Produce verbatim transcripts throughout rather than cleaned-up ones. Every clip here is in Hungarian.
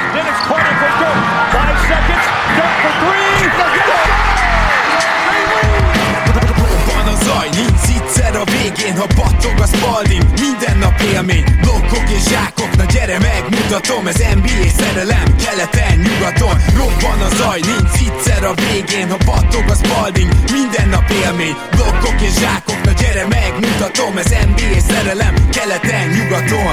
Dennis corner for Dirk. Five seconds. Dirk for three. Van a zaj, nincs egyszer a végén, ha battog a Spalding. Minden nap élmény, blokkok és zsákok. Na gyere megmutatom, ez en bé á szerelem, keleten, nyugaton. Robban a zaj, nincs egyszer a végén, ha battog a Spalding. Minden nap élmény, blokkok és zsákok. Na gyere megmutatom, ez en bé á szerelem, keleten, nyugaton.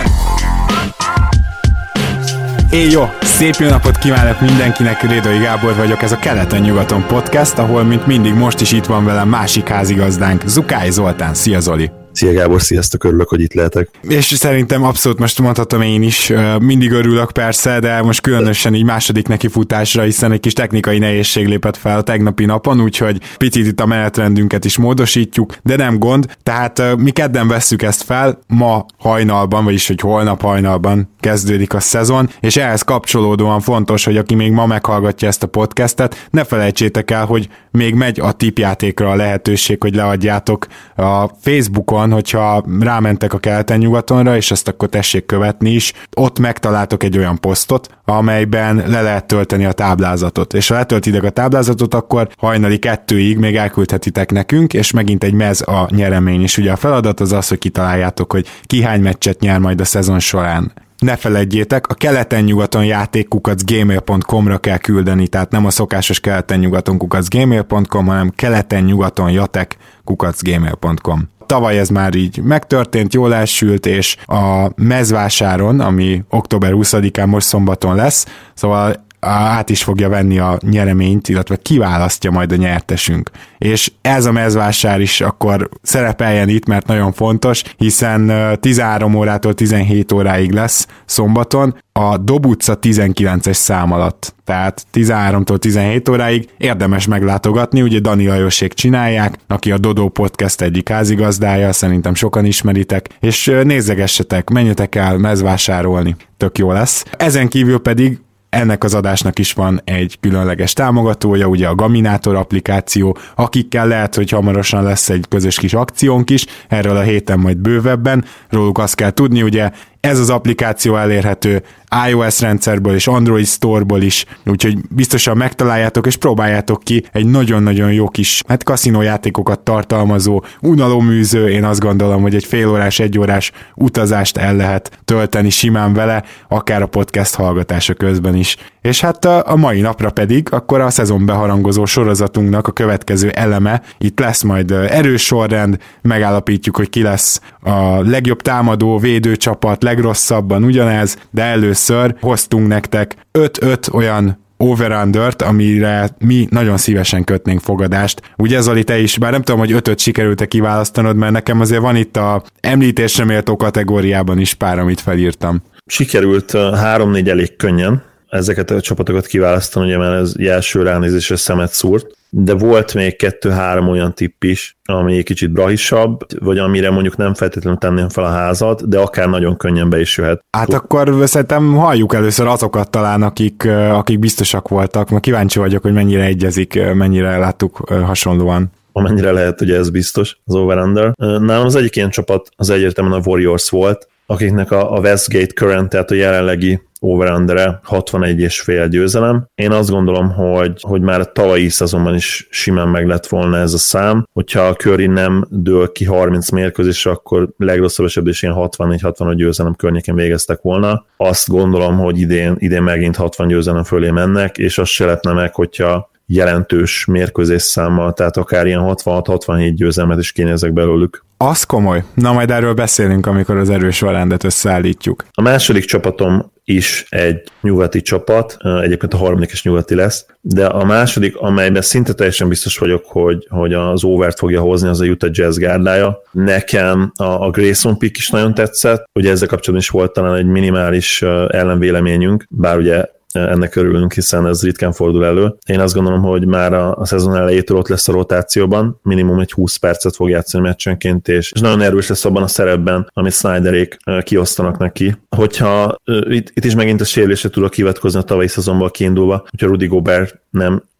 Éj jó! Szép jó napot kívánok mindenkinek, Rédai Gábor vagyok, ez a Keleten-nyugaton podcast, ahol mint mindig most is itt van velem másik házigazdánk, Zukály Zoltán. Szia Zoli! Szia Gábor, sziasztok, örülök, hogy itt lehetek. És szerintem abszolút most mondhatom én is, mindig örülök persze, de most különösen így második nekifutásra, hiszen egy kis technikai nehézség lépett fel a tegnapi napon, úgyhogy picit itt a menetrendünket is módosítjuk, de nem gond, tehát mi kedden vesszük ezt fel, ma hajnalban, vagyis hogy holnap hajnalban kezdődik a szezon, és ehhez kapcsolódóan fontos, hogy aki még ma meghallgatja ezt a podcastet, ne felejtsétek el, hogy még megy a tippjátékra a lehetőség, hogy leadjátok a Facebookon, hogyha rámentek a Keleten-nyugatonra, és ezt akkor tessék követni is, ott megtaláltok egy olyan posztot, amelyben le lehet tölteni a táblázatot. És ha letöltitek a táblázatot, akkor hajnali kettőig még elküldhetitek nekünk, és megint egy mez a nyeremény is. Ugye a feladat az az, hogy kitaláljátok, hogy ki hány meccset nyer majd a szezon során. Ne feledjétek, a keleten-nyugaton játékkukac gmail pont com-ra kell küldeni, tehát nem a szokásos keleten-nyugaton kukac gmail pont com, hanem keleten-nyugaton jatek kukac gmail pont com. Tavaly ez már így megtörtént, jól elsült, és a mezvásáron, ami október huszadikán most szombaton lesz, szóval át is fogja venni a nyereményt, illetve kiválasztja majd a nyertesünk. És ez a mezvásár is akkor szerepeljen itt, mert nagyon fontos, hiszen tizenhárom órától tizenhét óráig lesz szombaton, a Dob utca tizenkilences szám alatt. Tehát tizenháromtól tizenhét óráig érdemes meglátogatni, ugye Dani Lajosék csinálják, aki a Dodó Podcast egyik házigazdája, szerintem sokan ismeritek, és nézzegessetek, menjetek el mezvásárolni, tök jó lesz. Ezen kívül pedig ennek az adásnak is van egy különleges támogatója, ugye a Gaminator applikáció, akikkel lehet, hogy hamarosan lesz egy közös kis akciónk is, erről a héten majd bővebben, róluk azt kell tudni, ugye ez az applikáció elérhető iOS rendszerből és Android Store-ból is, úgyhogy biztosan megtaláljátok és próbáljátok ki, egy nagyon-nagyon jó kis, hát kaszinójátékokat tartalmazó unaloműző, én azt gondolom, hogy egy félórás, egyórás utazást el lehet tölteni simán vele, akár a podcast hallgatása közben is. És hát a, a mai napra pedig akkor a szezon beharangozó sorozatunknak a következő eleme, itt lesz majd erős sorrend, megállapítjuk, hogy ki lesz a legjobb támadó, védőcsapat, legrosszabban ugyanez, de először hoztunk nektek öt-öt olyan over-undert, amire mi nagyon szívesen kötnénk fogadást. Ugye Zoli, te is, bár nem tudom, hogy ötöt sikerült-e kiválasztanod, mert nekem azért van itt a említésre méltó kategóriában is pár, amit felírtam. Sikerült három-négy elég könnyen ezeket a csapatokat kiválasztani, ugye mert ez első ránézésre szemet szúrt, de volt még kettő-három olyan tipp is, ami kicsit brahisabb, vagy amire mondjuk nem feltétlenül tenném fel a házat, de akár nagyon könnyen be is jöhet. Hát akkor szerintem halljuk először azokat talán, akik, akik biztosak voltak, mert kíváncsi vagyok, hogy mennyire egyezik, mennyire láttuk hasonlóan. Amennyire lehet, ugye ez biztos, az over-under. Nálam az egyik ilyen csapat az egyértelműen a Warriors volt, akiknek a Westgate Current, tehát a jelenlegi over-undere hatvanegy és fél győzelem. Én azt gondolom, hogy, hogy már a tavalyi szezonban is simán meg lett volna ez a szám. Hogyha a Curry nem dől ki harminc mérkőzésre, akkor legrosszabb esetben is ilyen hatvannégy-hatvanöt győzelem környéken végeztek volna. Azt gondolom, hogy idén, idén megint hatvan győzelem fölé mennek, és az se lepne meg, hogyha jelentős mérkőzés számmal, tehát akár ilyen hatvanhat-hatvanhét győzelmet is kinézek belőlük. Az komoly. Na majd erről beszélünk, amikor az erős sorrendet összeállítjuk. A második csapatom is egy nyugati csapat, egyébként a harmadik is nyugati lesz, de a második, amelyben szinte teljesen biztos vagyok, hogy, hogy az overt fogja hozni, az a Utah Jazz gárdája. Nekem a, a Grayson pick is nagyon tetszett, ugye ezzel kapcsolatban is volt talán egy minimális ellenvéleményünk, bár ugye ennek örülünk, hiszen ez ritkán fordul elő. Én azt gondolom, hogy már a, a szezon elejétől ott lesz a rotációban, minimum egy húsz percet fog játszani meccsenként, és, és nagyon erős lesz abban a szerepben, amit Snyderék kiosztanak neki. Hogyha itt, itt is megint a sérülésre tudok hivatkozni a tavalyi szezonból kiindulva, hogyha Rudy Gobert nem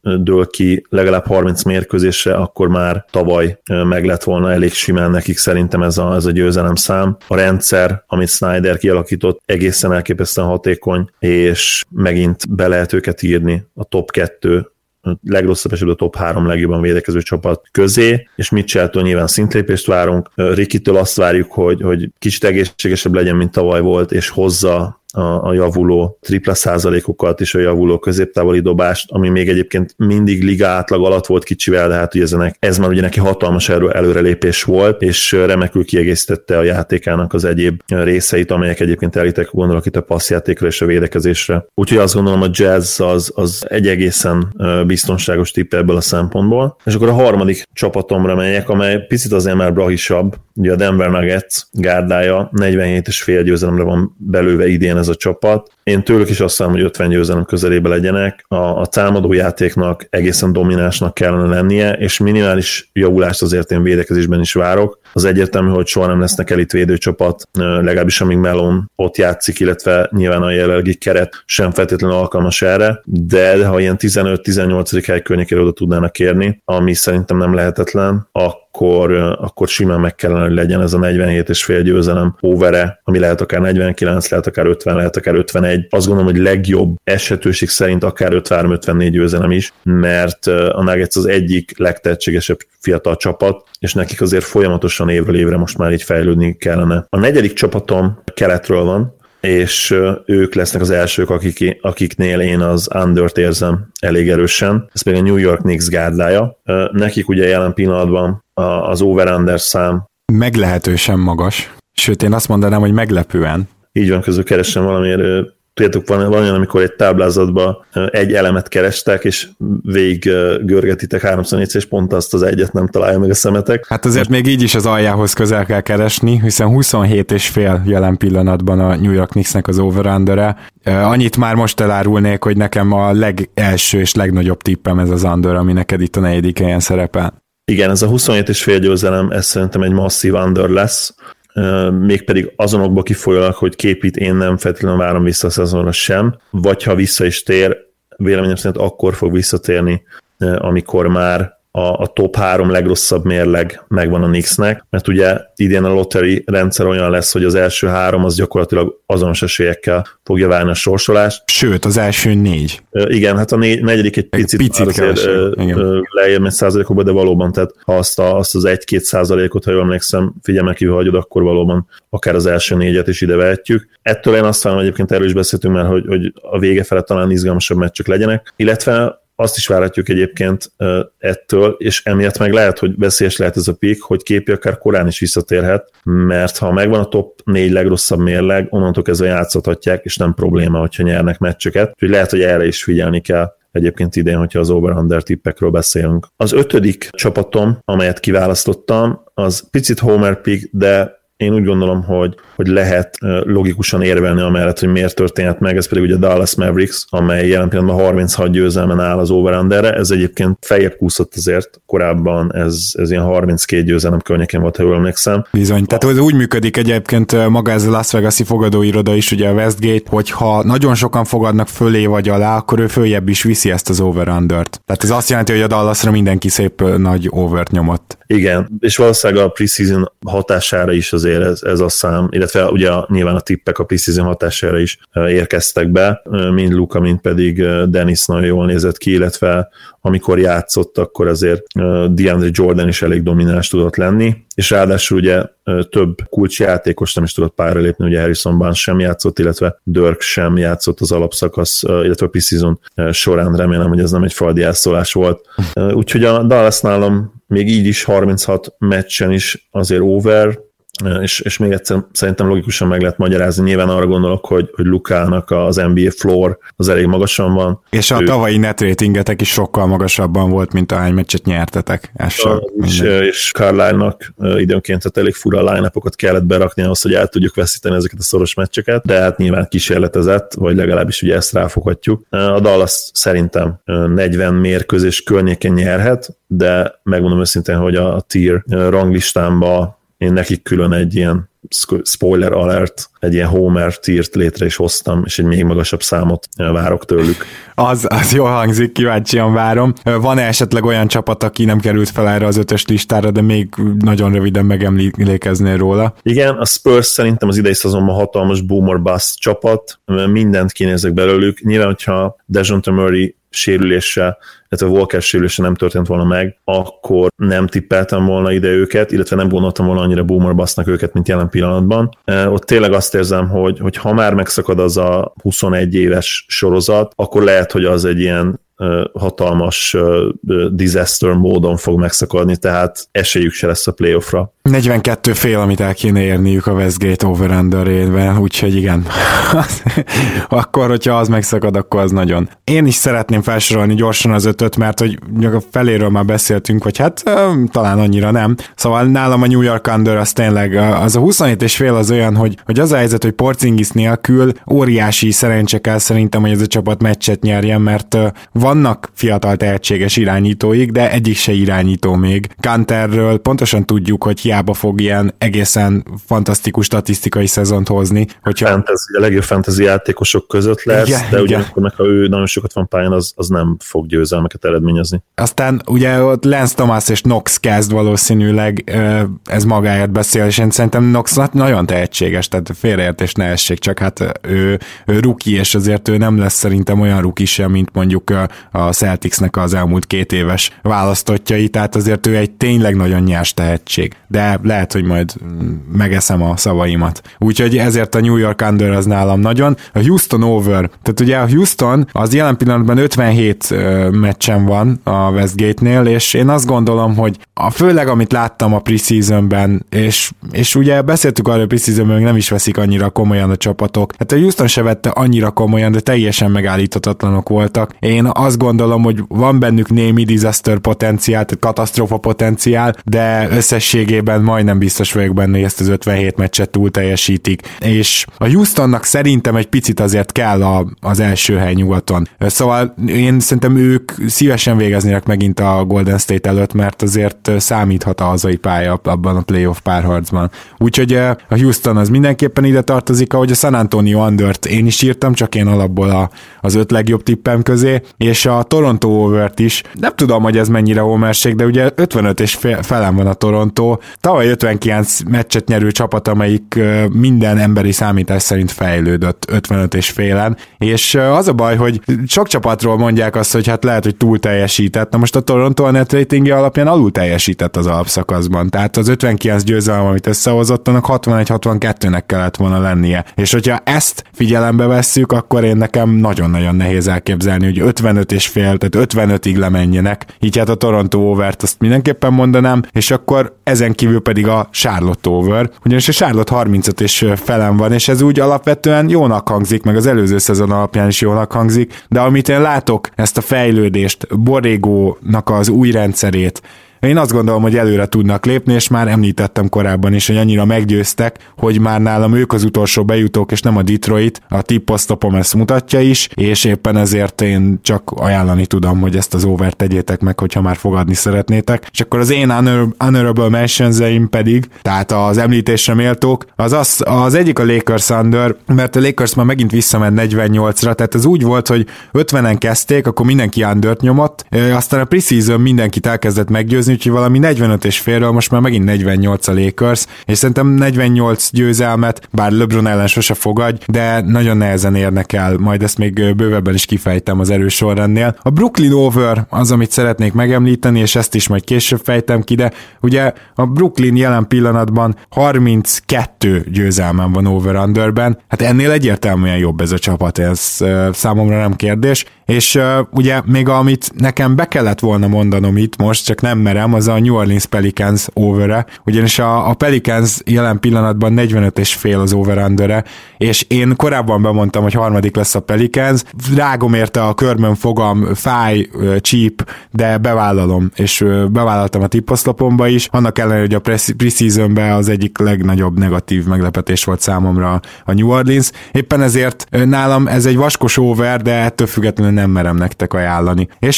dől ki legalább harminc mérkőzésre, akkor már tavaly meg lett volna elég simán nekik szerintem ez a, ez a győzelem szám. A rendszer, amit Snyder kialakított, egészen elképesztően hatékony, és megint be lehet őket írni a top kettő, legrosszabb esetben a top három legjobban védekező csapat közé, és Mitchelltől nyilván szintlépést várunk. Rickitől azt várjuk, hogy, hogy kicsit egészségesebb legyen, mint tavaly volt, és hozza a, a javuló tripla százalékokat és a javuló középtávoli dobást, ami még egyébként mindig liga átlag alatt volt kicsivel, de hát ugye ezenek, ez már ugye neki hatalmas elő, előrelépés volt, és remekül kiegészítette a játékának az egyéb részeit, amelyek egyébként elítek, gondolok itt a passzjátékra és a védekezésre. Úgyhogy azt gondolom, a Jazz az, az egy egészen biztonságos tipp ebből a szempontból. És akkor a harmadik csapatomra megyek, amely picit azért már brahisabb, ugye a Denver Nuggets gárdája negyvenhét és fél győzelemre van belőve idén ez a csapat. Én tőlük is azt mondom, hogy ötven győzelem közelébe legyenek. A, a támadójátéknak egészen dominánsnak kellene lennie, és minimális javulást azért én védekezésben is várok. Az egyértelmű, hogy soha nem lesznek elit védőcsapat, legalábbis amíg Malone ott játszik, illetve nyilván a jelenlegi keret sem feltétlenül alkalmas erre, de, de ha ilyen tizenöt-tizennyolcadik hely környékére oda tudnának kérni, ami szerintem nem lehetetlen, akkor, akkor simán meg kellene, hogy legyen ez a negyvenhét és fél győzelem overe, ami lehet akár negyvenkilenc, lehet akár ötven, lehet akár ötvenegy. Azt gondolom, hogy legjobb esetőség szerint akár ötvenhárom-ötvennégy győzelem is, mert a Nuggets az egyik legtehetségesebb fiatal csapat, és nekik azért folyamatosan évről évre most már így fejlődni kellene. A negyedik csapatom keletről van, és ők lesznek az elsők, akik, akiknél én az undert érzem elég erősen. Ez pedig a New York Knicks gárdája. Nekik ugye jelen pillanatban az over-under szám meglehetősen magas, sőt én azt mondanám, hogy meglepően. Így van, közül keresem valamiért. Tudjátok, van, van olyan, amikor egy táblázatban egy elemet kerestek, és végig görgetitek háromszor négyszer, és pont azt az egyet nem találja meg a szemetek. Hát azért még így is az aljához közel kell keresni, hiszen huszonhét és fél jelen pillanatban a New York Knicksnek az over-undere. Annyit már most elárulnék, hogy nekem a legelső és legnagyobb tippem ez az under, ami neked itt a negyedik helyen szerepel. Igen, ez a huszonhét és fél győzelem, ez szerintem egy masszív under lesz, mégpedig azonokból kifolyólag, hogy képít én nem feltétlenül várom vissza a szezonra sem, vagy ha vissza is tér, véleményem szerint akkor fog visszatérni, amikor már a, a top három legrosszabb mérleg megvan a Knicksnek, mert ugye idén a lottery rendszer olyan lesz, hogy az első három az gyakorlatilag azonos esélyekkel fogja várni a sorsolást. Sőt, az első négy. Igen, hát a négy, negyedik egy picit, picit lejjebb egy százalékokba, de valóban, tehát ha azt, a, azt az egy-két százalékot, ha jól emlékszem, figyelmen kívül hagyod, akkor valóban akár az első négyet is ide vehetjük. Ettől én azt várom, egyébként erről is beszéltünk már, hogy, hogy a vége felett talán izgalmasabb meccsek legyenek, illetve azt is várhatjuk egyébként ettől, és emiatt meg lehet, hogy veszélyes lehet ez a pick, hogy Képi akár korán is visszatérhet, mert ha megvan a top négy legrosszabb mérleg, onnantól kezdve játszhatják, és nem probléma, hogyha nyernek meccseket. Úgyhogy lehet, hogy erre is figyelni kell egyébként idén, hogyha az over-under tippekről beszélünk. Az ötödik csapatom, amelyet kiválasztottam, az picit homer pick, de én úgy gondolom, hogy, hogy lehet logikusan érvelni amellett, hogy miért történhet meg, ez pedig ugye a Dallas Mavericks, amely jelen pillanatban harminchat győzelmen áll az over-underre, ez egyébként feljebb kúszott azért, korábban ez, ez ilyen harminckét győzelem környékén volt, ha jól emlékszem. Bizony, tehát ez úgy működik egyébként maga ez a Las Vegas-i fogadóiroda is, ugye a Westgate, hogyha nagyon sokan fogadnak fölé vagy alá, akkor ő följebb is viszi ezt az over-undert. Tehát ez azt jelenti, hogy a Dallasra mindenki szép nagy overt nyomott. Igen, és valószínűleg a preseason hatására is azért ez, ez a szám, illetve ugye nyilván a tippek a preseason hatására is érkeztek be, mind Luka, mind pedig Dennis nagyon jól nézett ki, illetve amikor játszott, akkor azért DeAndre Jordan is elég domináns tudott lenni, és ráadásul ugye több kulcsjátékos nem is tudott pályára lépni, ugye Harrison Barnes sem játszott, illetve Dirk sem játszott az alapszakasz, illetve a preseason során, remélem, hogy ez nem egy faldi elszólás volt. Úgyhogy a Dallas nálam még így is harminchat meccsen is azért over, és, és még egyszer szerintem logikusan meg lehet magyarázni. Nyilván arra gondolok, hogy, hogy Lukának az en bé á floor az elég magasan van. És a ő... tavalyi net ratingetek is sokkal magasabban volt, mint ahány meccset nyertetek. Ja, és, és Carlisle-nak időnként tehát elég fura line-upokat kellett berakni ahhoz, hogy el tudjuk veszíteni ezeket a szoros meccseket, de hát nyilván kísérletezett, vagy legalábbis ugye ezt ráfoghatjuk. A Dallas szerintem negyven mérkőzés környéken nyerhet, de megmondom őszintén, hogy a tier ranglistámba én nekik külön egy ilyen spoiler alert, egy ilyen Homer tírt létre is hoztam, és egy még magasabb számot várok tőlük. Az, az jól hangzik, kíváncsian várom. Van-e esetleg olyan csapat, aki nem került fel erre az ötös listára, de még nagyon röviden megemlékeznél róla? Igen, a Spurs szerintem az idei szezonban hatalmas boomer bust csapat, mindent kinézek belőlük. Nyilván, hogyha Dejounte Murray sérülése, illetve Walker sérülése nem történt volna meg, akkor nem tippeltem volna ide őket, illetve nem gondoltam volna annyira boomer bustnak őket, mint jelen pillanatban. Ott tényleg azt érzem, hogy, hogy ha már megszakad az a huszonegy éves sorozat, akkor lehet, hogy az egy ilyen hatalmas disaster módon fog megszakadni, tehát esélyük se lesz a playoffra. negyvenkettő fél, amit el kéne érniük a Westgate over-underében, úgyhogy igen. Akkor, hogyha az megszakad, akkor az nagyon. Én is szeretném felsorolni gyorsan az ötöt, mert hogy a feléről már beszéltünk, vagy hát talán annyira nem. Szóval nálam a New York Under az tényleg, az a huszonhét és fél az olyan, hogy, hogy az a helyzet, hogy Porzingis nélkül óriási szerencse kell szerintem, hogy ez a csapat meccset nyerjen, mert vannak fiatal tehetséges irányítóik, de egyik se irányító még. Kanterről pontosan tudjuk, hogy hiába fog ilyen egészen fantasztikus statisztikai szezont hozni. Hogyha... Fantasy, a legjobb fantasy játékosok között lesz, igen, de ugyanakkor, ha ő nagyon sokat van pályán, az, az nem fog győzelmeket eredményezni. Aztán ugye ott Lance Thomas és Knox kezd valószínűleg, ez magáért beszél, és én szerintem Knox nagyon tehetséges, tehát félreértés ne essék, csak hát ő, ő rookie, és azért ő nem lesz szerintem olyan rookie sem, mint mondjuk a Celticsnek az elmúlt két éves választottjai, tehát azért ő egy tényleg nagyon nyers tehetség, de lehet, hogy majd megeszem a szavaimat. Úgyhogy ezért a New York Under az nálam nagyon. A Houston Over, tehát ugye a Houston az jelen pillanatban ötvenhét meccsen van a Westgate-nél, és én azt gondolom, hogy a főleg amit láttam a preseasonben, és, és ugye beszéltük arra, hogy a preseasonben nem is veszik annyira komolyan a csapatok. Hát a Houston se vette annyira komolyan, de teljesen megállíthatatlanok voltak. Én azt gondolom, hogy van bennük némi disaster potenciál, tehát katasztrófa potenciál, de összességében majdnem biztos vagyok benne, hogy ezt az ötvenhét meccset túl teljesítik. És a Houstonnak szerintem egy picit azért kell a, az első hely nyugaton. Szóval én szerintem ők szívesen végeznének megint a Golden State előtt, mert azért számíthat a hazai pálya abban a playoff párharcban. Úgyhogy a Houston az mindenképpen ide tartozik, ahogy a San Antonio Undert én is írtam, csak én alapból a, az öt legjobb tippem közé, és a Toronto Overt is. Nem tudom, hogy ez mennyire homerség, de ugye ötvenöt és felem van a Toronto. Tavaly ötvenkilenc meccset nyerő csapat, amelyik minden emberi számítás szerint fejlődött ötvenöt és félen, és az a baj, hogy sok csapatról mondják azt, hogy hát lehet, hogy túl teljesített. Na most a Toronto a net ratingje alapján alul teljesített az alapszakaszban. Tehát az ötvenkilenc győzelem, amit összehozott, annak hatvanegy hatvankettőnek kellett volna lennie. És hogyha ezt figyelembe vesszük, akkor én nekem nagyon-nagyon nehéz elképzelni, hogy ötvenöt és fél, tehát ötvenötig lemenjenek. Így hát a Toronto Overt azt mindenképpen mondanám, és akkor ezen kívül pedig a Charlotte Over, ugyanis a Charlotte harmincöt és felem van, és ez úgy alapvetően jónak hangzik, meg az előző szezon alapján is jónak hangzik, de amit én látok, ezt a fejlődést, Borrégónak az új rendszerét, én azt gondolom, hogy előre tudnak lépni, és már említettem korábban is, hogy annyira meggyőztek, hogy már nálam ők az utolsó bejutók, és nem a Detroit, a tipposztopom ezt mutatja is, és éppen ezért én csak ajánlani tudom, hogy ezt az overt tegyétek meg, hogyha már fogadni szeretnétek. És akkor az én honorable mentionseim pedig, tehát az említésre méltók, az, az, az egyik a Lakers Under, mert a Lakers már megint visszament negyvennyolcra, tehát ez úgy volt, hogy ötvenen kezdték, akkor mindenki Undert nyomott, aztán a preseason mindenkit elkezdett meggyőzni, úgyhogy valami negyvenöt és félről most már megint negyvennyolc a Lakers, és szerintem negyvennyolc győzelmet, bár LeBron ellen sose fogadj, de nagyon nehezen érnek el, majd ezt még bővebben is kifejtem az erős sorrendnél. A Brooklyn Over az, amit szeretnék megemlíteni, és ezt is majd később fejtem ki, de ugye a Brooklyn jelen pillanatban harminckettő győzelmen van over-underben, hát ennél egyértelműen jobb ez a csapat, ez uh, számomra nem kérdés, és uh, ugye még amit nekem be kellett volna mondanom itt most, csak nem merem, az a New Orleans Pelicans over-e, ugyanis a, a Pelicans jelen pillanatban negyvenöt és fél az over-undere, és én korábban bemondtam, hogy harmadik lesz a Pelicans, rágom érte a körmön fogam, fáj, cheap, de bevállalom, és bevállaltam a tipposzlopomba is, annak ellenére, hogy a preseasonben az egyik legnagyobb negatív meglepetés volt számomra a New Orleans, éppen ezért nálam ez egy vaskos over, de ettől függetlenül nem merem nektek ajánlani. És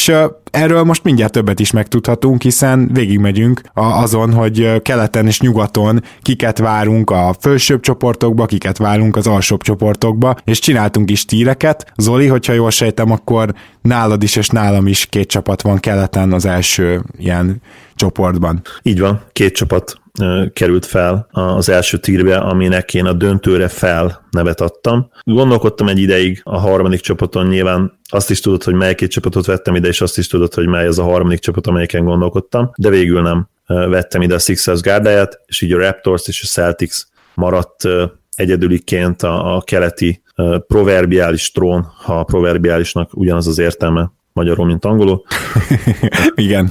erről most mindjárt többet is megtudhatunk, hiszen végigmegyünk azon, hogy keleten és nyugaton kiket várunk a felsőbb csoportokba, kiket várunk az alsóbb csoportokba, és csináltunk is tíreket. Zoli, hogyha jól sejtem, akkor nálad is és nálam is két csapat van keleten az első ilyen csoportban. Így van, két csapat került fel az első tírbe, aminek én a döntőre fel nevet adtam. Gondolkodtam egy ideig a harmadik csapaton, nyilván azt is tudod, hogy mely két csapatot vettem ide, és azt is tudod, hogy mely az a harmadik csapat, amelyiken gondolkodtam, de végül nem vettem ide a Sixers gárdáját, és így a Raptors és a Celtics maradt egyedüliként a, a keleti proverbiális trón, ha a proverbiálisnak ugyanaz az értelme magyarul, mint angolul. Igen.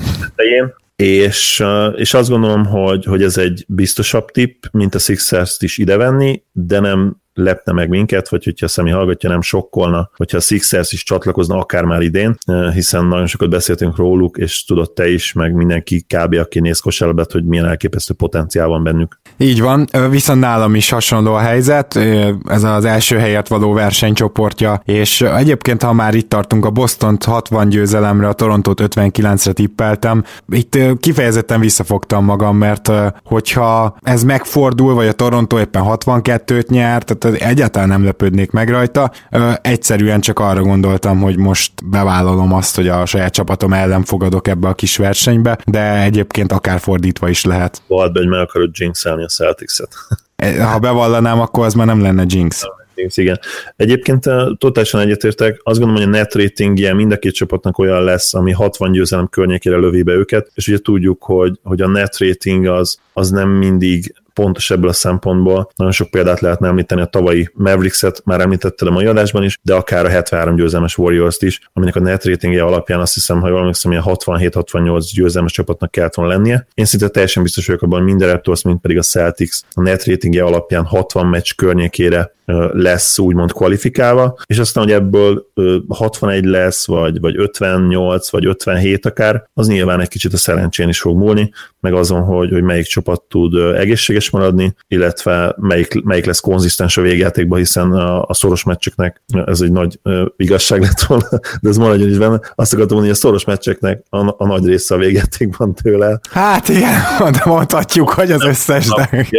És, és azt gondolom, hogy, hogy ez egy biztosabb tipp, mint a Sixers-t is idevenni, de nem lepne meg minket, vagy hogyha Szemi hallgatja, nem sokkolna, hogyha a Sixers is csatlakozna akár már idén, hiszen nagyon sokat beszéltünk róluk, és tudod te is, meg mindenki kb. Aki néz kosárlabdát, hogy milyen elképesztő potenciál van bennük. Így van, viszont nálam is hasonló a helyzet, ez az első helyet való versenycsoportja, és egyébként, ha már itt tartunk, a Bostont hatvan győzelemre, a Torontót ötvenkilencre tippeltem, itt kifejezetten visszafogtam magam, mert hogyha ez megfordul, vagy a Torontó éppen hatvankettőt nyer, tehát egyáltalán nem lepődnék meg rajta. Egyszerűen csak arra gondoltam, hogy most bevállalom azt, hogy a saját csapatom ellen fogadok ebbe a kis versenybe, de egyébként akár fordítva is lehet. Valad be, hogy meg akarod jinxelni a Celtics-et. Ha bevallanám, akkor az már nem lenne jinx. Igen. Egyébként totálisan egyetértek, azt gondolom, hogy a net ratingje mind a két csapatnak olyan lesz, ami hatvan győzelem környékére lövi be őket, és ugye tudjuk, hogy, hogy a net rating az, az nem mindig pontos ebből a szempontból. Nagyon sok példát lehetne említeni, a tavalyi Mavericks-et már említettem a mai adásban is, de akár a hetvenhárom győzelmes Warriors-t is, aminek a net ratingje alapján azt hiszem, ha jól emlékszem, hogy a hatvanhét hatvannyolc győzelmes csapatnak kellett volna lennie. Én szinte teljesen biztos vagyok abban, hogy mind a Raptors, mind pedig a Celtics a net ratingje alapján hatvan meccs környékére lesz úgymond kvalifikálva, és aztán, hogy ebből hatvanegy lesz, vagy, vagy ötvennyolc, vagy ötvenhét akár, az nyilván egy kicsit a szerencsén is fog múlni, meg azon, hogy, hogy melyik csapat tud egészséges maradni, illetve melyik, melyik lesz konzisztens a végjátékban, hiszen a, a szoros meccseknek ez egy nagy uh, igazság lett volna, de ez maradjon is benne. Azt akartam mondani, hogy a szoros meccseknek a, a nagy része a végjátékban tőle. Hát igen, de mondhatjuk, hogy az összes.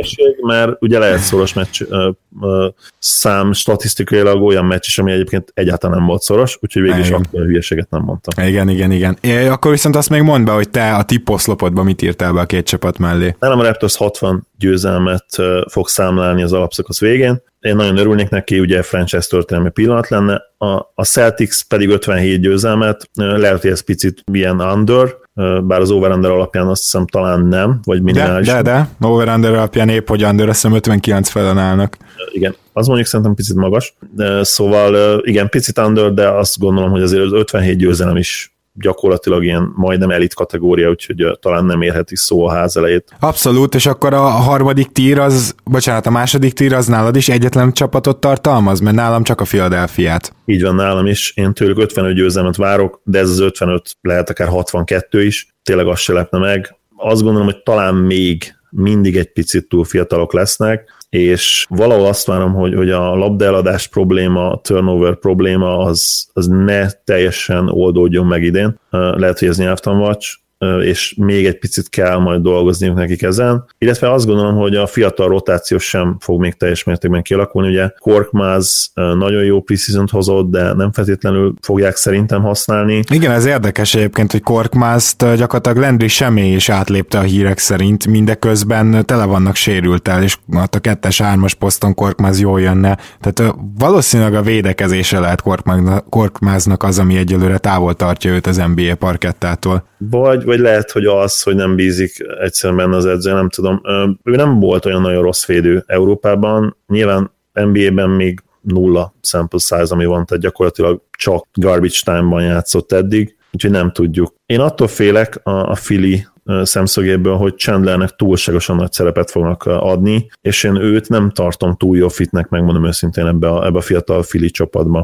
Mert ugye lehet szoros meccs uh, uh, szám statisztikailag olyan meccs is, ami egyébként egyáltalán nem volt szoros, úgyhogy végül is akkor a hülyeséget nem mondtam. Igen, igen, igen. É, akkor viszont azt még mondd be, hogy te a tipposzlopodban mit írtál be a két csapat mellé. Nálam a Raptors hatvan győzelmet fog számlálni az alapszakasz végén. Én nagyon örülnék neki, ugye franchise történelmi pillanat lenne. A, a Celtics pedig ötvenhét győzelmet, lehet, hogy ez picit ilyen under, bár az over-under alapján azt hiszem talán nem, vagy minimális. De, de, de, over-under alapján épp, hogy under, azt hiszem ötvenkilenc felen állnak. Igen, az mondjuk szerintem picit magas. De, szóval igen, picit under, de azt gondolom, hogy azért az ötvenhét győzelem is gyakorlatilag ilyen majdnem elit kategória, úgyhogy talán nem érheti szó a ház elejét. Abszolút, és akkor a harmadik tír az, bocsánat, a második tír az nálad is egyetlen csapatot tartalmaz, mert nálam csak a Philadelphiát. Így van, nálam is. Én tőlük ötvenöt győzelmet várok, de ez az ötvenöt lehet akár hatvankettő is. Tényleg azt se lepne meg. Azt gondolom, hogy talán még mindig egy picit túl fiatalok lesznek, és valahol azt várom, hogy, hogy a labdaeladás probléma, a turnover probléma az, az ne teljesen oldódjon meg idén. Lehet, hogy ez nyelvtanvacs, és még egy picit kell majd dolgozniuk nekik ezen. Illetve azt gondolom, hogy a fiatal rotáció sem fog még teljes mértékben kialakulni. Ugye Korkmaz nagyon jó preseason-t hozott, de nem feltétlenül fogják szerintem használni. Igen, ez érdekes egyébként, hogy Korkmazt gyakorlatilag Landry Semé is átlépte a hírek szerint, mindeközben tele vannak sérültel, és a kettes-hármas poszton Korkmaz jól jönne. Tehát valószínűleg a védekezése lehet Korkmaznak az, ami egyelőre távol tartja őt az en bé á parkettától. Vagy, vagy lehet, hogy az, hogy nem bízik egyszerűen benne az edző, nem tudom. Ő nem volt olyan nagyon rossz védő Európában, nyilván en bé á-ben még nulla sample size, ami van, tehát gyakorlatilag csak garbage time-ban játszott eddig, úgyhogy nem tudjuk. Én attól félek a, a Philly szemszögéből, hogy Chandlernek túlságosan nagy szerepet fognak adni, és én őt nem tartom túl jó fitnek, megmondom őszintén ebbe a, ebbe a fiatal Philly csapatba.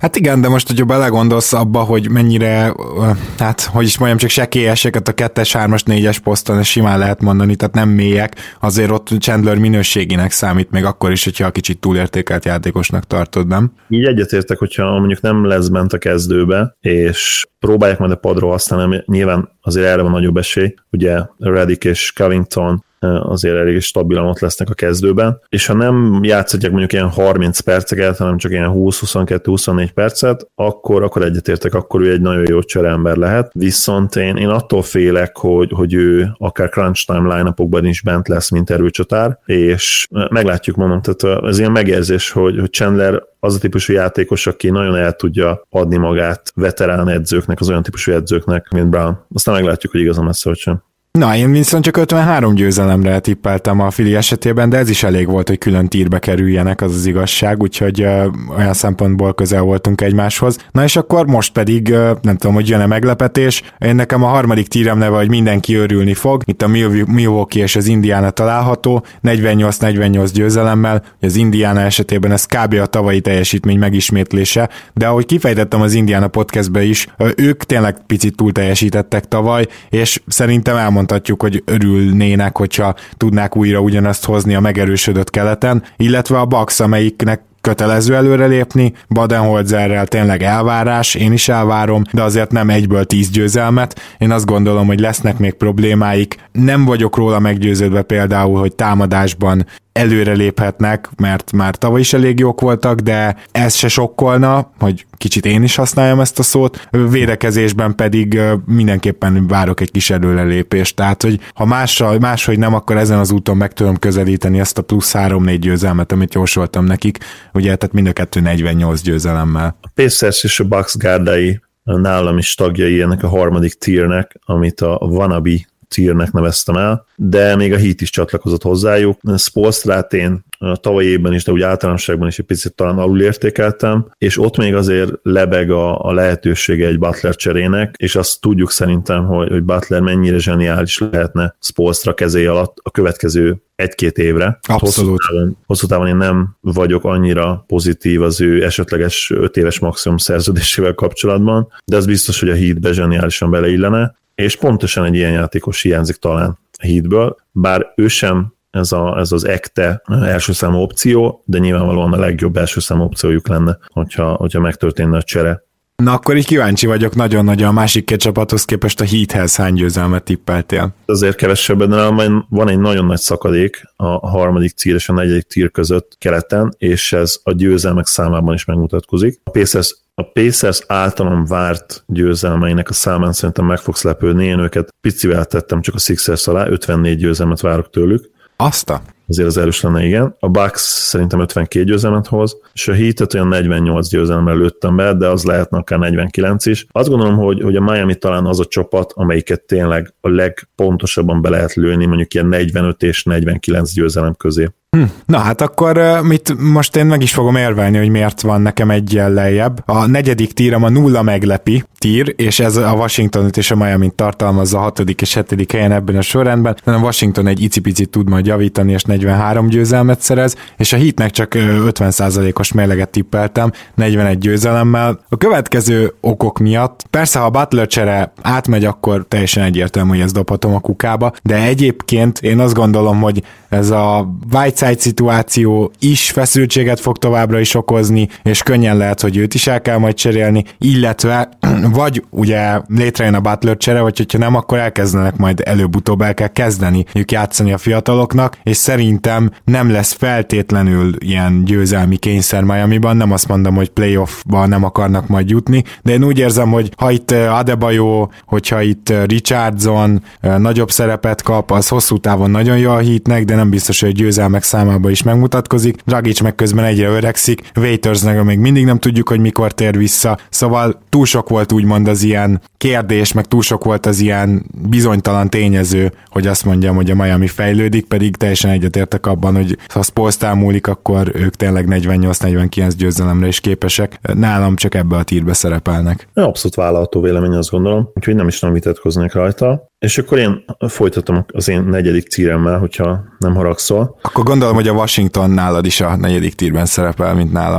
Hát igen, de most, hogyha belegondolsz abba, hogy mennyire, hát, hogy is mondjam, csak sekélyeseket a kettes, hármas, négyes poszton, ezt simán lehet mondani, tehát nem mélyek, azért ott Chandler minőségének számít, még akkor is, hogyha a kicsit túlértékelt játékosnak tartod, nem? Így egyetértek, hogyha mondjuk nem lesz bent a kezdőbe, és próbálják majd a padról használni, nyilván azért erre van nagyobb esély, ugye Redick és Covington azért elég stabilan ott lesznek a kezdőben, és ha nem játszhatják mondjuk ilyen harminc perceket, hanem csak ilyen húsz, huszonkettő, huszonnégy percet, akkor, akkor egyetértek, akkor ő egy nagyon jó csereember lehet, viszont én, én attól félek, hogy, hogy ő akár crunch time line-upokban is bent lesz, mint erőcsatár, és meglátjuk, mondom, tehát ez ilyen megérzés, hogy, hogy Chandler az a típusú játékos, aki nagyon el tudja adni magát veterán edzőknek, az olyan típusú edzőknek, mint Brown. Aztán meglátjuk, hogy igazán messze, hogy sem. Na, én viszont csak ötvenhárom győzelemre tippeltem a Philly esetében, de ez is elég volt, hogy külön tírbe kerüljenek, az az igazság, úgyhogy ö, olyan szempontból közel voltunk egymáshoz. Na és akkor most pedig, ö, nem tudom, hogy jön-e meglepetés, én nekem a harmadik tírem neve, hogy mindenki örülni fog, itt a Milwaukee és az Indiana található, negyvennyolc negyvennyolc győzelemmel, az Indiana esetében ez kb. A tavalyi teljesítmény megismétlése, de ahogy kifejtettem az Indiana podcastbe is, ö, ők tényleg picit túl teljesítettek tavaly, és szerintem elmondom, mondhatjuk, hogy örülnének, hogyha tudnák újra ugyanazt hozni a megerősödött keleten, illetve a Bucks, amelyiknek kötelező előrelépni, Baden-Holzerrel tényleg elvárás, én is elvárom, de azért nem egyből tíz győzelmet, én azt gondolom, hogy lesznek még problémáik, nem vagyok róla meggyőződve például, hogy támadásban előre léphetnek, mert már tavaly is elég jók voltak, de ez se sokkolna, hogy kicsit én is használjam ezt a szót, védekezésben pedig mindenképpen várok egy kis előrelépést, tehát hogy ha mással, máshogy nem, akkor ezen az úton meg tudom közelíteni ezt a plusz három-négy győzelmet, amit jósoltam nekik, ugye, tehát mind a kettő negyvennyolc győzelemmel. A Pacers és a Bucks gárdai nálam is tagjai ennek a harmadik tiernek, amit a wannabe tiernek neveztem el, de még a Heat is csatlakozott hozzájuk. Spoelstrát én a tavalyi évben is, de úgy általánosságban is egy picit talán alulértékeltem, és ott még azért lebeg a, a lehetősége egy Butler cserének, és azt tudjuk szerintem, hogy, hogy Butler mennyire zseniális lehetne Spoelstra kezé alatt a következő egy-két évre. Abszolút. Hosszú távon, hosszú távon én nem vagyok annyira pozitív az ő esetleges öt éves maximum szerződésével kapcsolatban, de az biztos, hogy a Heatbe zseniálisan beleillene, és pontosan egy ilyen játékos hiányzik talán a Heatből, bár ő sem ez, a, ez az ekte első számú opció, de nyilvánvalóan a legjobb első számú opciójuk lenne, hogyha, hogyha megtörténne a csere. Na akkor így kíváncsi vagyok nagyon-nagyon a másik két csapathoz képest a Heathez hány győzelmet tippeltél? Azért kevesebben, de van egy nagyon nagy szakadék a harmadik tier és a negyedik tier között keleten, és ez a győzelmek számában is megmutatkozik. A Pacers A Pacers általán várt győzelmeinek a számán szerintem meg fogsz lepődni, én őket picivel tettem csak a Sixers alá, ötvennégy győzelmet várok tőlük. Azt a? Azért az erős lenne, igen. A Bucks szerintem ötvenkét győzelmet hoz, és a Heatet olyan negyvennyolc győzelemmel lőttem be, de az lehetne akár negyvenkilenc is. Azt gondolom, hogy, hogy a Miami talán az a csapat, amelyiket tényleg a legpontosabban be lehet lőni, mondjuk ilyen negyvenöt és negyvenkilenc győzelem közé. Hm. Na hát akkor uh, mit, most én meg is fogom érvelni, hogy miért van nekem egyen lejjebb. A negyedik tírem a nulla meglepi tír, és ez a Washingtonot és a Miamit tartalmazza a hatodik és hetedik helyen ebben a sorrendben, de a Washington egy icipicit tud majd javítani, és negyvenhárom győzelmet szerez, és a Heatnek csak ötven százalékos mérleget tippeltem, negyvenegy győzelemmel. A következő okok miatt, persze ha a Butler csere átmegy, akkor teljesen egyértelmű, hogy ezt dobhatom a kukába, de egyébként én azt gondolom, hogy ez a Whiteside szituáció is feszültséget fog továbbra is okozni, és könnyen lehet, hogy őt is el kell majd cserélni, illetve vagy ugye létrejön a Butler csere, vagy hogyha nem, akkor elkezdenek majd előbb-utóbb el kell kezdeni ők játszani a fiataloknak, és szerintem nem lesz feltétlenül ilyen győzelmi kényszer Miamiban, nem azt mondom, hogy playoffba nem akarnak majd jutni, de én úgy érzem, hogy ha itt Adebayo, hogyha itt Richardson nagyobb szerepet kap, az hosszú távon nagyon jó a Heatnek, de nem biztos, hogy győzelmek számában is megmutatkozik. Dragic meg közben egyre öregszik, Waitersnek még mindig nem tudjuk, hogy mikor tér vissza, szóval túl sok volt úgymond az ilyen kérdés, meg túl sok volt az ilyen bizonytalan tényező, hogy azt mondjam, hogy a Miami fejlődik, pedig teljesen egyetértek abban, hogy ha Spoelstra múlik, akkor ők tényleg negyvennyolc negyvenkilenc győzelemre is képesek. Nálam csak ebbe a tírbe szerepelnek. Abszolút vállalható vélemény, azt gondolom, úgyhogy nem is nem vitatkoznék rajta. És akkor én folytatom az én negyedik tíremmel, hogyha nem haragszol. Akkor gondolom, hogy a Washington nálad is a negyedik tírben szerepel, mint nálam.